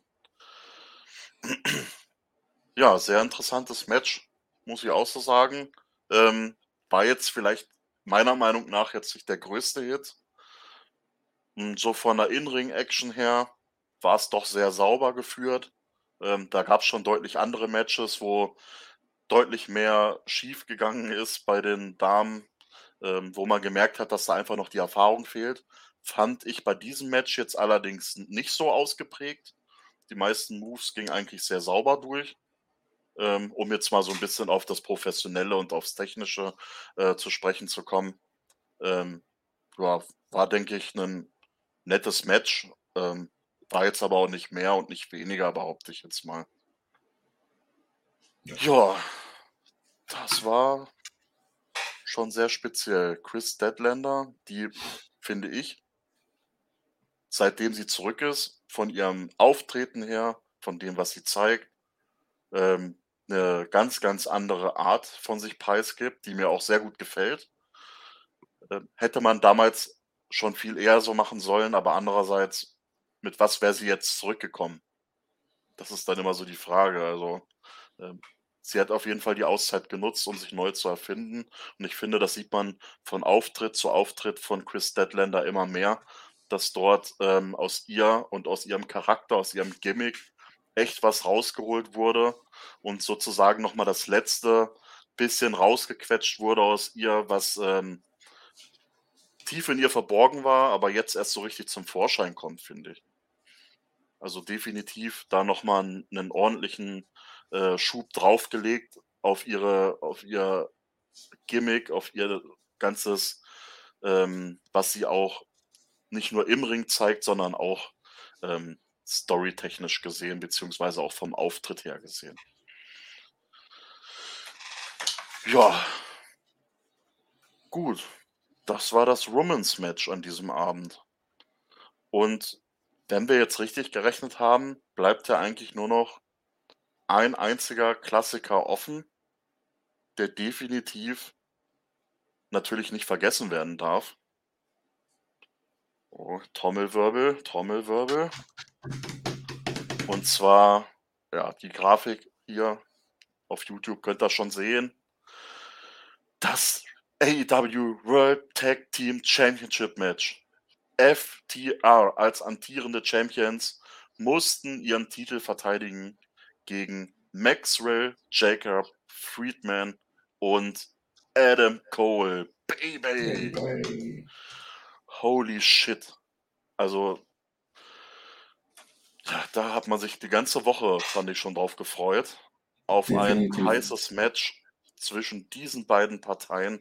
Ja, sehr interessantes Match, muss ich auch so sagen. Ähm, war jetzt vielleicht meiner Meinung nach jetzt nicht der größte Hit. Und so von der In-Ring-Action her war es doch sehr sauber geführt. Ähm, da gab es schon deutlich andere Matches, wo deutlich mehr schief gegangen ist bei den Damen, ähm, wo man gemerkt hat, dass da einfach noch die Erfahrung fehlt. Fand ich bei diesem Match jetzt allerdings nicht so ausgeprägt. Die meisten Moves gingen eigentlich sehr sauber durch. Ähm, um jetzt mal so ein bisschen auf das Professionelle und aufs Technische äh, zu sprechen zu kommen. Ähm, ja, war, denke ich, ein nettes Match. Ähm, war jetzt aber auch nicht mehr und nicht weniger, behaupte ich jetzt mal. Ja, das war schon sehr speziell. Chris Statlander, die, finde ich, seitdem sie zurück ist, von ihrem Auftreten her, von dem, was sie zeigt, ähm, 'ne ganz, ganz andere Art von sich preisgibt, die mir auch sehr gut gefällt. Ähm, hätte man damals schon viel eher so machen sollen, aber andererseits, mit was wäre sie jetzt zurückgekommen? Das ist dann immer so die Frage. Also, ähm, sie hat auf jeden Fall die Auszeit genutzt, um sich neu zu erfinden. Und ich finde, das sieht man von Auftritt zu Auftritt von Chris Statlander immer mehr, dass dort ähm, aus ihr und aus ihrem Charakter, aus ihrem Gimmick echt was rausgeholt wurde und sozusagen nochmal das letzte bisschen rausgequetscht wurde aus ihr, was ähm, tief in ihr verborgen war, aber jetzt erst so richtig zum Vorschein kommt, finde ich. Also definitiv da nochmal einen 'nen ordentlichen äh, Schub draufgelegt auf ihre auf ihr Gimmick, auf ihr ganzes, ähm, was sie auch nicht nur im Ring zeigt, sondern auch ähm, storytechnisch gesehen, beziehungsweise auch vom Auftritt her gesehen. Ja, gut. Das war das Women's Match an diesem Abend. Und wenn wir jetzt richtig gerechnet haben, bleibt ja eigentlich nur noch ein einziger Klassiker offen, der definitiv natürlich nicht vergessen werden darf. Oh, Trommelwirbel, Trommelwirbel. Und zwar, ja, die Grafik hier auf YouTube könnt ihr schon sehen. Das A E W World Tag Team Championship Match. F T R als amtierende Champions mussten ihren Titel verteidigen gegen Maxwell Jacob Friedman und Adam Cole. Baby! Baby. Holy shit. Also, ja, da hat man sich die ganze Woche, fand ich, schon drauf gefreut. Auf ein Definitiv. heißes Match zwischen diesen beiden Parteien.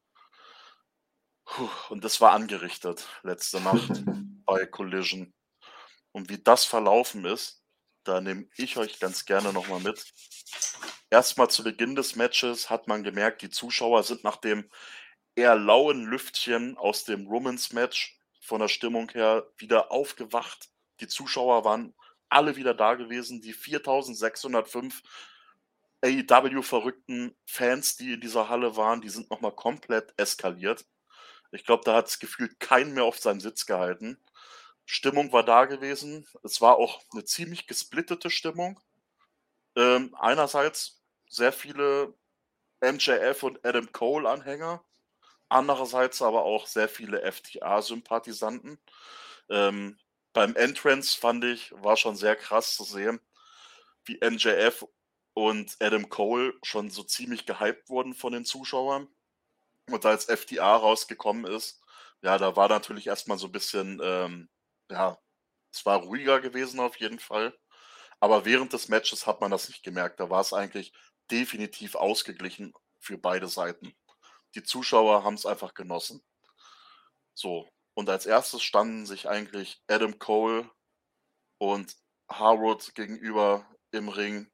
Puh, und das war angerichtet letzte Nacht bei Collision. Und wie das verlaufen ist, da nehme ich euch ganz gerne noch mal mit. Erstmal zu Beginn des Matches hat man gemerkt, die Zuschauer sind nach dem eher lauen Lüftchen aus dem Women's Match von der Stimmung her wieder aufgewacht. Die Zuschauer waren alle wieder da gewesen. Die viertausendsechshundertfünf A E W-verrückten Fans, die in dieser Halle waren, die sind noch mal komplett eskaliert. Ich glaube, da hat es gefühlt keinen mehr auf seinem Sitz gehalten. Stimmung war da gewesen. Es war auch eine ziemlich gesplittete Stimmung. Ähm, einerseits sehr viele M J F und Adam Cole-Anhänger, andererseits aber auch sehr viele F T R-Sympathisanten. Ähm, beim Entrance fand ich, war schon sehr krass zu sehen, wie M J F und Adam Cole schon so ziemlich gehypt wurden von den Zuschauern. Und als F T R rausgekommen ist, ja, da war natürlich erstmal so ein bisschen, ähm, ja, es war ruhiger gewesen auf jeden Fall. Aber während des Matches hat man das nicht gemerkt. Da war es eigentlich definitiv ausgeglichen für beide Seiten. Die Zuschauer haben es einfach genossen. So, und als Erstes standen sich eigentlich Adam Cole und Harwood gegenüber im Ring.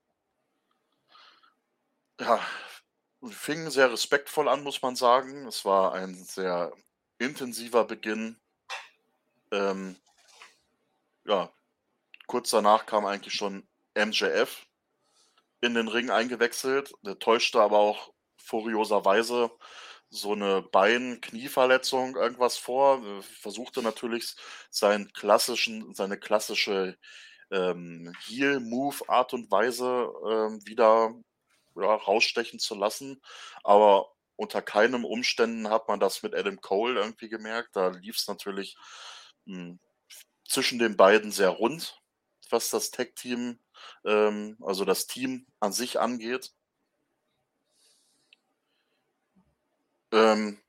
Ja, fingen sehr respektvoll an, muss man sagen. Es war ein sehr intensiver Beginn. Ähm, ja, kurz danach kam eigentlich schon M J F in den Ring eingewechselt. Der täuschte aber auch furioserweise so eine Bein-Knieverletzung irgendwas vor. Äh, versuchte natürlich seinen klassischen seine klassische, ähm, Heel-Move-Art und Weise, ähm, wieder, ja, rausstechen zu lassen. Aber unter keinen Umständen hat man das mit Adam Cole irgendwie gemerkt. Da lief es natürlich, hm, zwischen den beiden sehr rund, was das Tag-Team, ähm, also das Team an sich angeht. Ähm,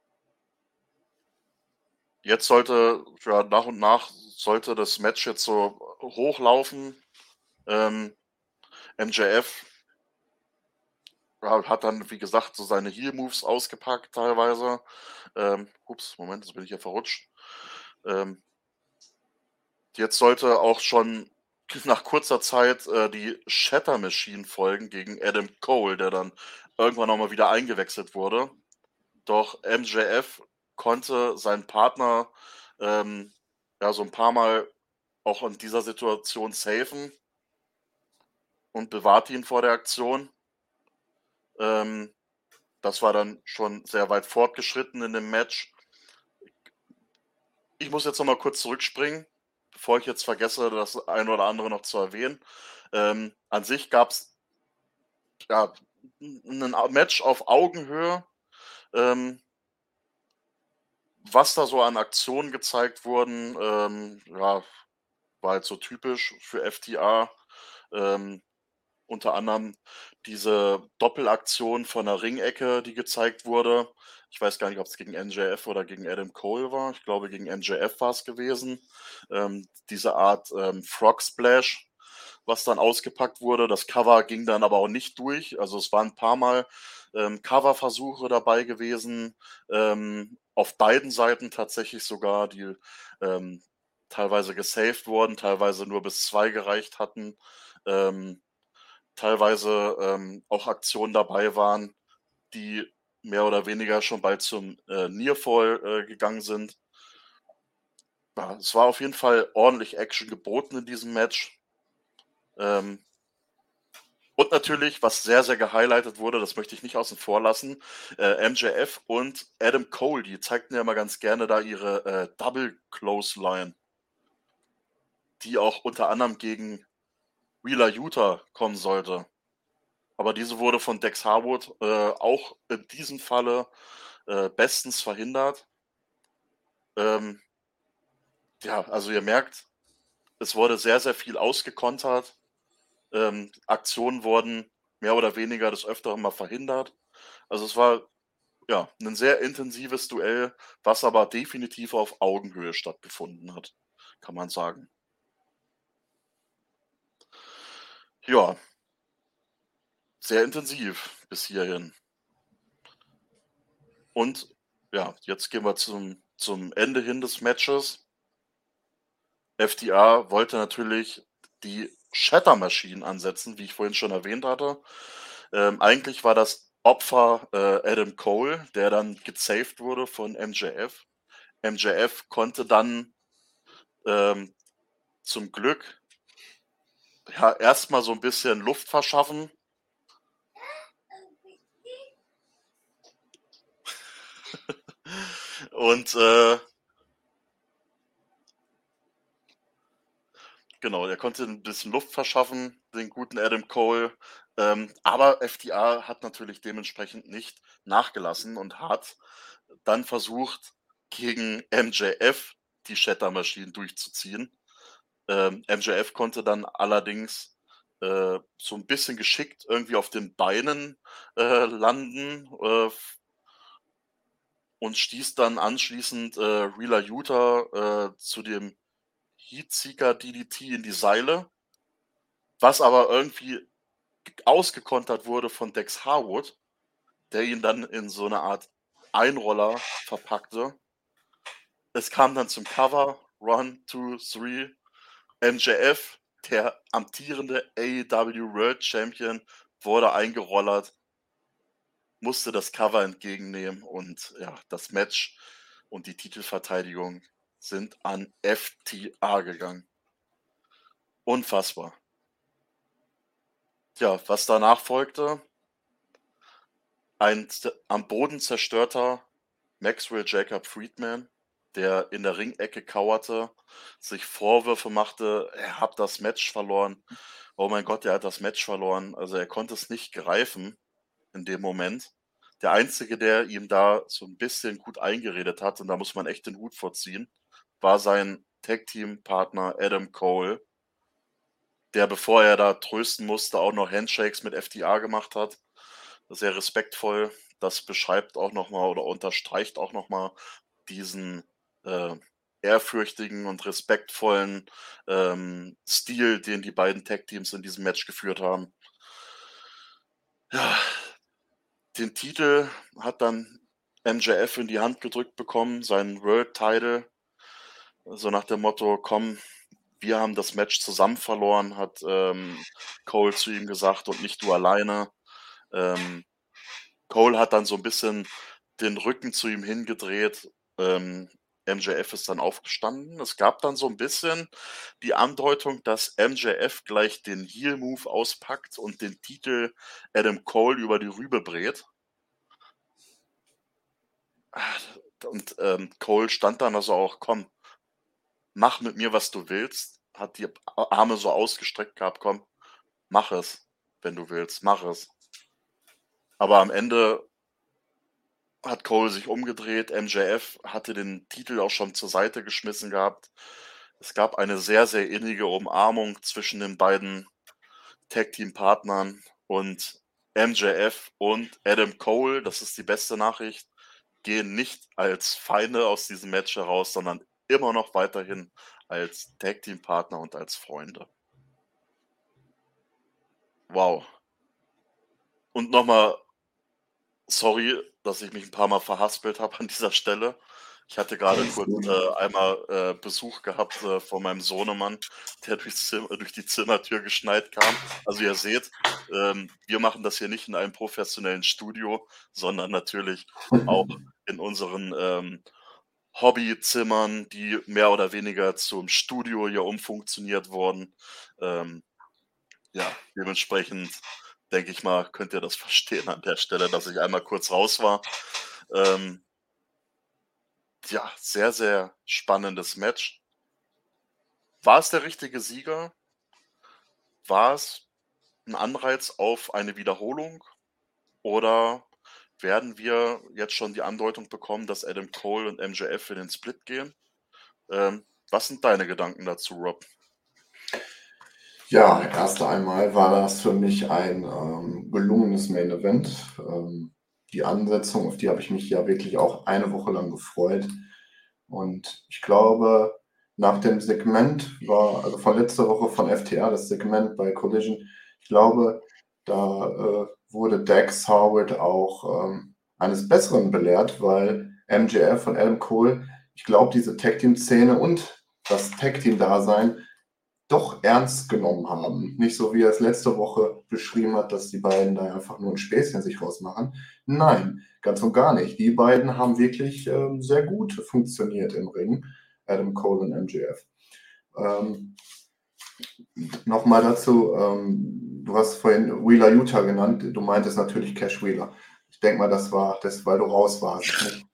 jetzt sollte, ja, nach und nach sollte das Match jetzt so hochlaufen. Ähm, M J F, ja, hat dann, wie gesagt, so seine Heel-Moves ausgepackt teilweise. Ähm, ups, Moment, jetzt bin ich hier verrutscht. Ähm, jetzt sollte auch schon nach kurzer Zeit äh, die Shatter Machine folgen gegen Adam Cole, der dann irgendwann noch mal wieder eingewechselt wurde. Doch M J F konnte seinen Partner, ähm, ja, so ein paar Mal auch in dieser Situation safen und bewahrte ihn vor der Aktion. Ähm, das war dann schon sehr weit fortgeschritten in dem Match. Ich muss jetzt noch mal kurz zurückspringen, bevor ich jetzt vergesse, das eine oder andere noch zu erwähnen. Ähm, an sich gab's, ja, 'n A Match auf Augenhöhe. Ähm, was da so an Aktionen gezeigt wurden, ähm, ja, war halt so typisch für F T R. Ähm, unter anderem diese Doppelaktion von der Ringecke, die gezeigt wurde. Ich weiß gar nicht, ob es gegen M J F oder gegen Adam Cole war. Ich glaube, gegen M J F war es gewesen. Ähm, diese Art, ähm, Frog Splash, was dann ausgepackt wurde. Das Cover ging dann aber auch nicht durch. Also, es waren ein paar Mal, ähm, Coverversuche dabei gewesen, ähm, auf beiden Seiten tatsächlich sogar, die, ähm, teilweise gesaved wurden, teilweise nur bis zwei gereicht hatten. Ähm, teilweise, ähm, auch Aktionen dabei waren, die mehr oder weniger schon bald zum, äh, Nearfall, äh, gegangen sind. Ja, es war auf jeden Fall ordentlich Action geboten in diesem Match. Ähm, Und natürlich, was sehr, sehr gehighlightet wurde, das möchte ich nicht außen vor lassen, äh, M J F und Adam Cole, die zeigten ja immer ganz gerne da ihre äh, Double Clothesline, die auch unter anderem gegen Wheeler Yuta kommen sollte. Aber diese wurde von Dex Harwood äh, auch in diesem Falle äh, bestens verhindert. Ähm, ja, also ihr merkt, es wurde sehr, sehr viel ausgekontert. Ähm, Aktionen wurden mehr oder weniger des Öfteren mal verhindert. Also es war ja ein sehr intensives Duell, was aber definitiv auf Augenhöhe stattgefunden hat, kann man sagen. Ja, sehr intensiv bis hierhin. Und ja, jetzt gehen wir zum, zum Ende hin des Matches. F T R wollte natürlich die Shatter-Maschinen ansetzen, wie ich vorhin schon erwähnt hatte. Ähm, eigentlich war das Opfer äh, Adam Cole, der dann gesaved wurde von M J F. M J F konnte dann ähm, zum Glück ja erstmal so ein bisschen Luft verschaffen. Und äh, genau, er konnte ein bisschen Luft verschaffen, den guten Adam Cole. Ähm, aber F T R hat natürlich dementsprechend nicht nachgelassen und hat dann versucht, gegen M J F die Shatter-Maschinen durchzuziehen. Ähm, M J F konnte dann allerdings äh, so ein bisschen geschickt irgendwie auf den Beinen äh, landen äh, und stieß dann anschließend äh, Wheeler Yuta äh, zu dem Heatseeker D D T in die Seile, was aber irgendwie ausgekontert wurde von Dex Harwood, der ihn dann in so eine Art Einroller verpackte. Es kam dann zum Cover, One, Two, Three. M J F, der amtierende A E W World Champion, wurde eingerollert, musste das Cover entgegennehmen und ja, das Match und die Titelverteidigung sind an F T R gegangen. Unfassbar. Ja, was danach folgte, ein am Boden zerstörter Maxwell Jacob Friedman, der in der Ringecke kauerte, sich Vorwürfe machte, er hat das Match verloren. Oh mein Gott, er hat das Match verloren. Also er konnte es nicht greifen in dem Moment. Der Einzige, der ihm da so ein bisschen gut eingeredet hat, und da muss man echt den Hut vorziehen, war sein Tag-Team-Partner Adam Cole, der, bevor er da trösten musste, auch noch Handshakes mit F T R gemacht hat. Sehr respektvoll. Das beschreibt auch noch mal oder unterstreicht auch noch mal diesen äh, ehrfürchtigen und respektvollen ähm, Stil, den die beiden Tag-Teams in diesem Match geführt haben. Ja, den Titel hat dann M J F in die Hand gedrückt bekommen, seinen World Title, so nach dem Motto: „Komm, wir haben das Match zusammen verloren“, hat ähm, Cole zu ihm gesagt, „und nicht du alleine.“ Ähm, Cole hat dann so ein bisschen den Rücken zu ihm hingedreht. Ähm, M J F ist dann aufgestanden. Es gab dann so ein bisschen die Andeutung, dass M J F gleich den Heel-Move auspackt und den Titel Adam Cole über die Rübe brät. Ah, Und ähm, Cole stand dann also auch: „Komm, mach mit mir, was du willst.“ Hat die Arme so ausgestreckt gehabt: „Komm, mach es, wenn du willst, mach es.“ Aber am Ende hat Cole sich umgedreht. M J F hatte den Titel auch schon zur Seite geschmissen gehabt. Es gab eine sehr, sehr innige Umarmung zwischen den beiden Tag-Team-Partnern und M J F und Adam Cole, das ist die beste Nachricht, gehen nicht als Feinde aus diesem Match heraus, sondern immer noch weiterhin als Tag-Team-Partner und als Freunde. Wow. Und nochmal sorry, dass ich mich ein paar Mal verhaspelt habe an dieser Stelle. Ich hatte gerade Alles kurz gut. äh, einmal äh, Besuch gehabt äh, von meinem Sohnemann, der durchs Zim durch die Zimmertür geschneit kam. Also ihr seht, ähm, wir machen das hier nicht in einem professionellen Studio, sondern natürlich auch in unseren ähm, Hobbyzimmern, die mehr oder weniger zum Studio hier umfunktioniert wurden. Ähm, ja, dementsprechend denke ich mal, könnt ihr das verstehen an der Stelle, dass ich einmal kurz raus war. Ähm, ja, sehr, sehr spannendes Match. War es der richtige Sieger? War es ein Anreiz auf eine Wiederholung? Oder werden wir jetzt schon die Andeutung bekommen, dass Adam Cole und M J F in den Split gehen? Ähm, was sind deine Gedanken dazu, Rob? Ja, erst einmal war das für mich ein ähm, gelungenes Main Event. Ähm, die Ansetzung, auf die habe ich mich ja wirklich auch eine Woche lang gefreut. Und ich glaube, nach dem Segment war, also von letzter Woche von F T R, das Segment bei Collision, ich glaube, da äh, wurde Dax Harwood auch ähm, eines Besseren belehrt, weil M J F und Adam Cole, ich glaube, diese Tag-Team-Szene und das Tag-Team-Dasein doch ernst genommen haben. Nicht so, wie er es letzte Woche beschrieben hat, dass die beiden da einfach nur ein Späßchen sich rausmachen. Nein, ganz und gar nicht. Die beiden haben wirklich ähm, sehr gut funktioniert im Ring, Adam Cole und M J F. Ähm, Nochmal dazu, ähm, du hast vorhin Wheeler Utah genannt, du meintest natürlich Cash Wheeler. Ich denke mal, das war das, weil du raus warst. Nicht?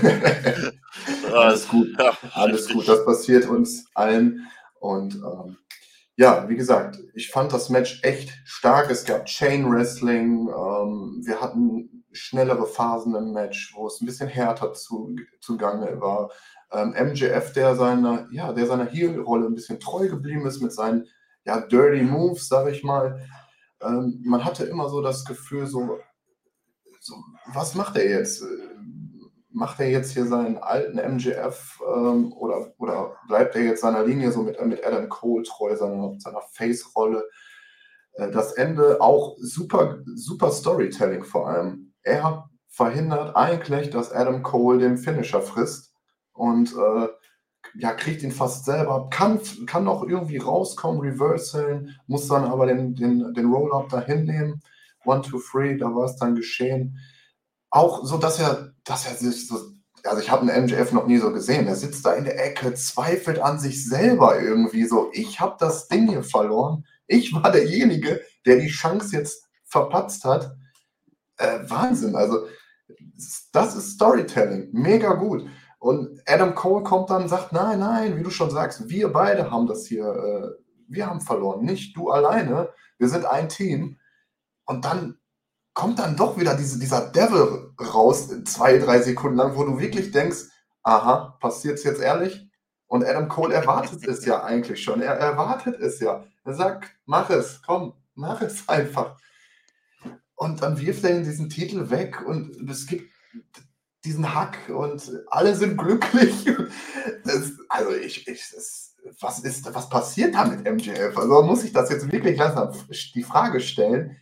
Äh, Alles gut, ja, alles gut, richtig. das passiert uns allen. Und ähm, ja, wie gesagt, ich fand das Match echt stark. Es gab Chain Wrestling, ähm, wir hatten schnellere Phasen im Match, wo es ein bisschen härter zu, zugange war. Ähm, M J F, der seiner, ja, der seiner Heel-Rolle ein bisschen treu geblieben ist mit seinen ja, Dirty Moves, sag ich mal. Ähm, man hatte immer so das Gefühl, so, so, was macht er jetzt? Äh, Macht er jetzt hier seinen alten M J F ähm, oder, oder bleibt er jetzt seiner Linie so mit, mit Adam Cole treu, seiner, seiner Face-Rolle? Äh, das Ende auch super, super Storytelling vor allem. Er verhindert eigentlich, dass Adam Cole den Finisher frisst und äh, ja, kriegt ihn fast selber, kann, kann noch irgendwie rauskommen, reverseln, muss dann aber den, den, den Roll-Up da hinnehmen. One, two, three, da war es dann geschehen. Auch so, dass er, dass er sich so, also ich habe einen M J F noch nie so gesehen. Er sitzt da in der Ecke, zweifelt an sich selber irgendwie so. Ich habe das Ding hier verloren. Ich war derjenige, der die Chance jetzt verpatzt hat. Äh, Wahnsinn. Also, das ist Storytelling. Mega gut. Und Adam Cole kommt dann und sagt: Nein, nein, wie du schon sagst, wir beide haben das hier, äh, wir haben verloren, nicht du alleine. Wir sind ein Team. Und dann kommt dann doch wieder diese, dieser Devil raus, zwei, drei Sekunden lang, wo du wirklich denkst, aha, passiert es jetzt ehrlich? Und Adam Cole erwartet es ja eigentlich schon. Er erwartet es ja. Er sagt, mach es, komm, mach es einfach. Und dann wirft er ihn diesen Titel weg und es gibt diesen Hack und alle sind glücklich. Das, also ich, ich das, was ist, was passiert da mit M J F? Also muss ich das jetzt wirklich langsam die Frage stellen,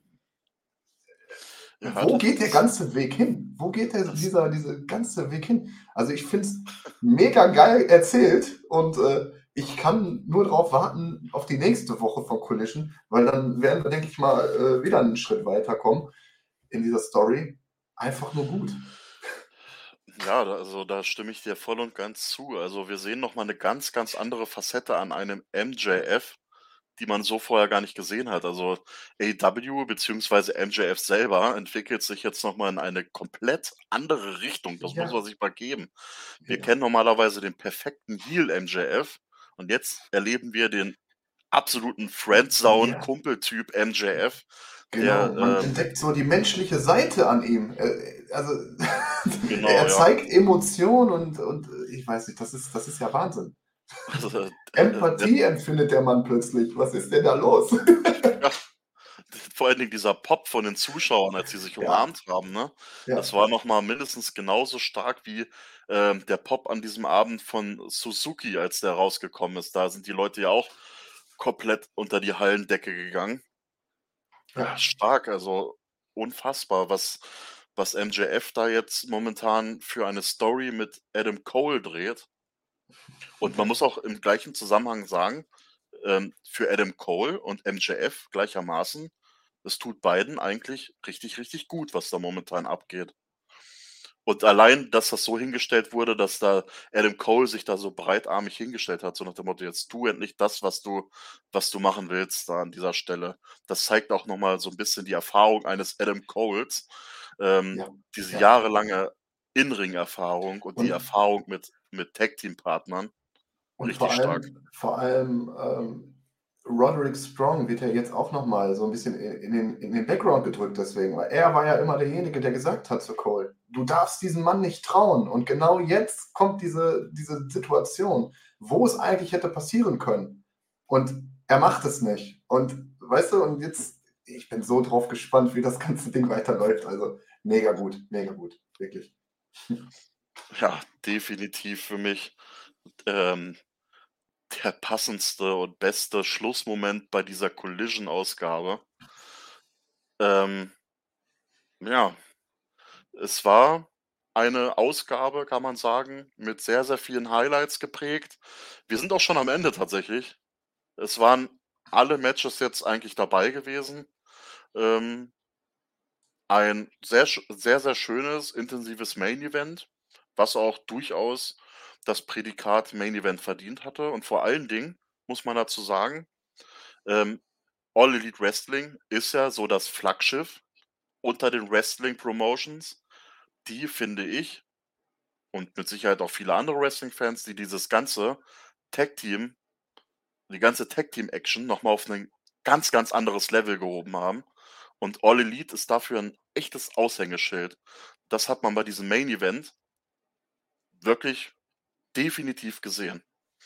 Ja, wo das geht der ist ganze Weg hin? Wo geht der, das dieser, dieser ganze Weg hin? Also ich finde es mega geil erzählt und äh, ich kann nur darauf warten, auf die nächste Woche von Collision, weil dann werden wir, denke ich mal, äh, wieder einen Schritt weiterkommen in dieser Story. Einfach nur gut. ja, da also, da stimme ich dir voll und ganz zu. Also, wir sehen noch mal 'ne ganz, ganz andere Facette an einem M J F, die man so vorher gar nicht gesehen hat. Also, A E W beziehungsweise M J F selber entwickelt sich jetzt noch mal in eine komplett andere Richtung. Das muss Ja, man sich mal geben. Wir ja, kennen normalerweise den perfekten Heel M J F und jetzt erleben wir den absoluten ja, Friendzone-Kumpeltyp M J F, der, genau. Man ähm entdeckt so die menschliche Seite an ihm. Äh, Also genau, er ja. zeigt Emotionen und, und äh, ich weiß nicht, das ist, das ist ja Wahnsinn. Also, äh, der Empathie empfindet der Mann plötzlich. Was ist denn da los? ja, vor allen Dingen dieser Pop von den Zuschauern, als sie sich Ja, umarmt haben, ne? Das ja, war noch mal mindestens genauso stark wie, ähm, der Pop an diesem Abend von Suzuki, als der rausgekommen ist. Da sind die Leute ja auch komplett unter die Hallendecke gegangen. Ja, ja. stark, also unfassbar, was was M J F da jetzt momentan für eine Story mit Adam Cole dreht. Und man muss auch im gleichen Zusammenhang sagen, ähm, für Adam Cole und M J F gleichermaßen, es tut beiden eigentlich richtig, richtig gut, was da momentan abgeht. Und allein, dass das so hingestellt wurde, dass da Adam Cole sich da so breitarmig hingestellt hat, so nach dem Motto: „Jetzt tu endlich das, was du was du machen willst da an dieser Stelle." Das zeigt auch noch mal so 'n bisschen die Erfahrung eines Adam Coles, ähm, Ja, diese ja. jahrelange In-Ring-Erfahrung und die Und Erfahrung mit mit Tag-Team-Partnern. Und vor Richtig stark. allem vor allem, ähm, Roderick Strong wird ja jetzt auch noch mal so 'n bisschen i in den in den Background gedrückt deswegen, weil er war ja immer derjenige, der gesagt hat zu Cole: „Du darfst diesem Mann nicht trauen." Und genau jetzt kommt diese diese Situation, wo es eigentlich hätte passieren können. Und er macht es nicht. Und weißt du, und jetzt ich bin so drauf gespannt, wie das ganze Ding weiterläuft. Also, mega gut, mega gut, wirklich. Ja, definitiv für mich, ähm, der passendste und beste Schlussmoment bei dieser Collision-Ausgabe. Ähm, ja, es war eine Ausgabe, kann man sagen, mit sehr, sehr vielen Highlights geprägt. Wir sind auch schon am Ende tatsächlich. Es waren alle Matches jetzt eigentlich dabei gewesen. Ähm ein sehr sch sehr, sehr schönes, intensives Main Event, was auch durchaus das Prädikat Main Event verdient hatte. Und vor allen Dingen muss man dazu sagen, ähm, All Elite Wrestling ist ja so das Flaggschiff unter den Wrestling-Promotions, die, finde ich und mit Sicherheit auch viele andere Wrestling-Fans, die dieses ganze Tag-Team die ganze Tag-Team-Action noch mal auf 'nen ganz, ganz anderes Level gehoben haben. Und All Elite ist dafür 'n echtes Aushängeschild. Das hat man bei diesem Main Event wirklich definitiv gesehen.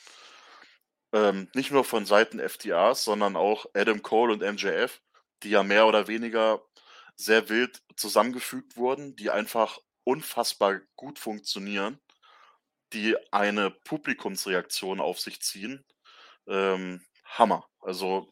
Ähm, nicht nur von Seiten F T Rs, sondern auch Adam Cole und M J F, die ja mehr oder weniger sehr wild zusammengefügt wurden, die einfach unfassbar gut funktionieren, die eine Publikumsreaktion auf sich ziehen. Ähm, Hammer. Also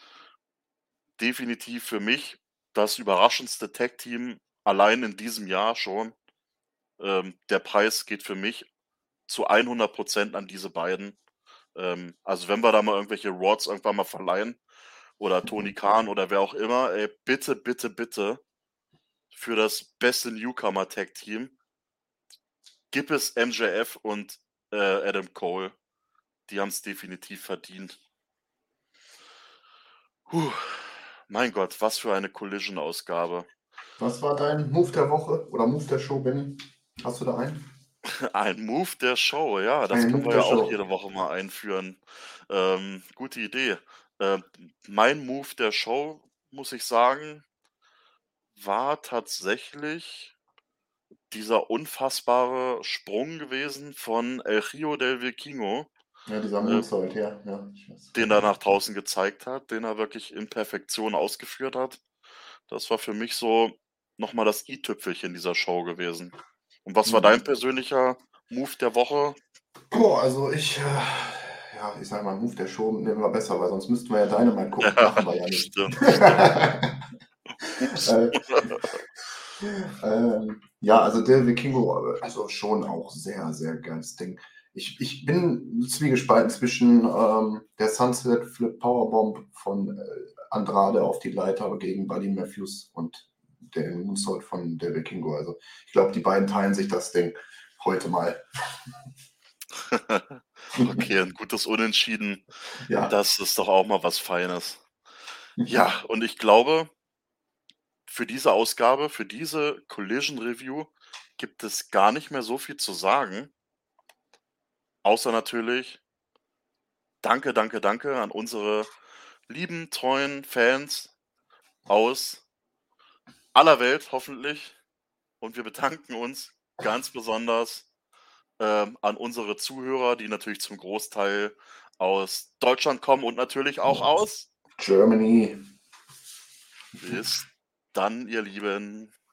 definitiv für mich das überraschendste Tag-Team allein in diesem Jahr schon. Ähm, der Preis geht für mich zu hundert Prozent an diese beiden. Ähm, also, wenn wir da mal irgendwelche Awards irgendwann mal verleihen oder Tony Khan oder wer auch immer, ey, bitte, bitte, bitte für das beste Newcomer Tag Team gib es M J F und, äh, Adam Cole. Die haben's definitiv verdient. Hu, mein Gott, was für eine Collision-Ausgabe. Was war dein Move der Woche oder Move der Show, Benny? Hast du da einen? Ein Move der Show, ja, das Ein können Move wir der ja auch Show. jede Woche mal einführen. Ähm, gute Idee. Ähm, mein Move der Show, muss ich sagen war tatsächlich dieser unfassbare Sprung gewesen von El Hijo del Vikingo, Ja, dieser äh Moonsault, ja, ja, ich weiß. den er nach draußen gezeigt hat, den er wirklich in Perfektion ausgeführt hat. Das war für mich so noch mal das i-Tüpfelchen dieser Show gewesen. Und was war dein Mhm. persönlicher Move der Woche? Boah, also ich, äh ja, ich sage mal, Move der Show nehmen wir besser, weil sonst müssten wir ja Dynamite gucken. Ja, Machen wir ja nicht. stimmt, stimmt. Ups. Äh, ähm, ja, also der Vikingo, äh, also schon auch sehr, sehr geiles Ding. Ich ich bin zwiegespalten zwischen, ähm, der Sunset Flip Powerbomb von, äh, Andrade auf die Leiter gegen Buddy Matthews und der Moonsault von der Vikingo. Also, ich glaube, die beiden teilen sich das Ding heute mal. Okay, 'n gutes Unentschieden. Ja. Das ist doch auch mal was Feines. Ja, und ich glaube für diese Ausgabe, für diese Collision Review gibt es gar nicht mehr so viel zu sagen. Außer natürlich danke, danke, danke an unsere lieben, treuen Fans aus aller Welt hoffentlich. Und wir bedanken uns ganz besonders, ähm, an unsere Zuhörer, die natürlich zum Großteil aus Deutschland kommen und natürlich auch aus Germany. Bis dann, ihr Lieben.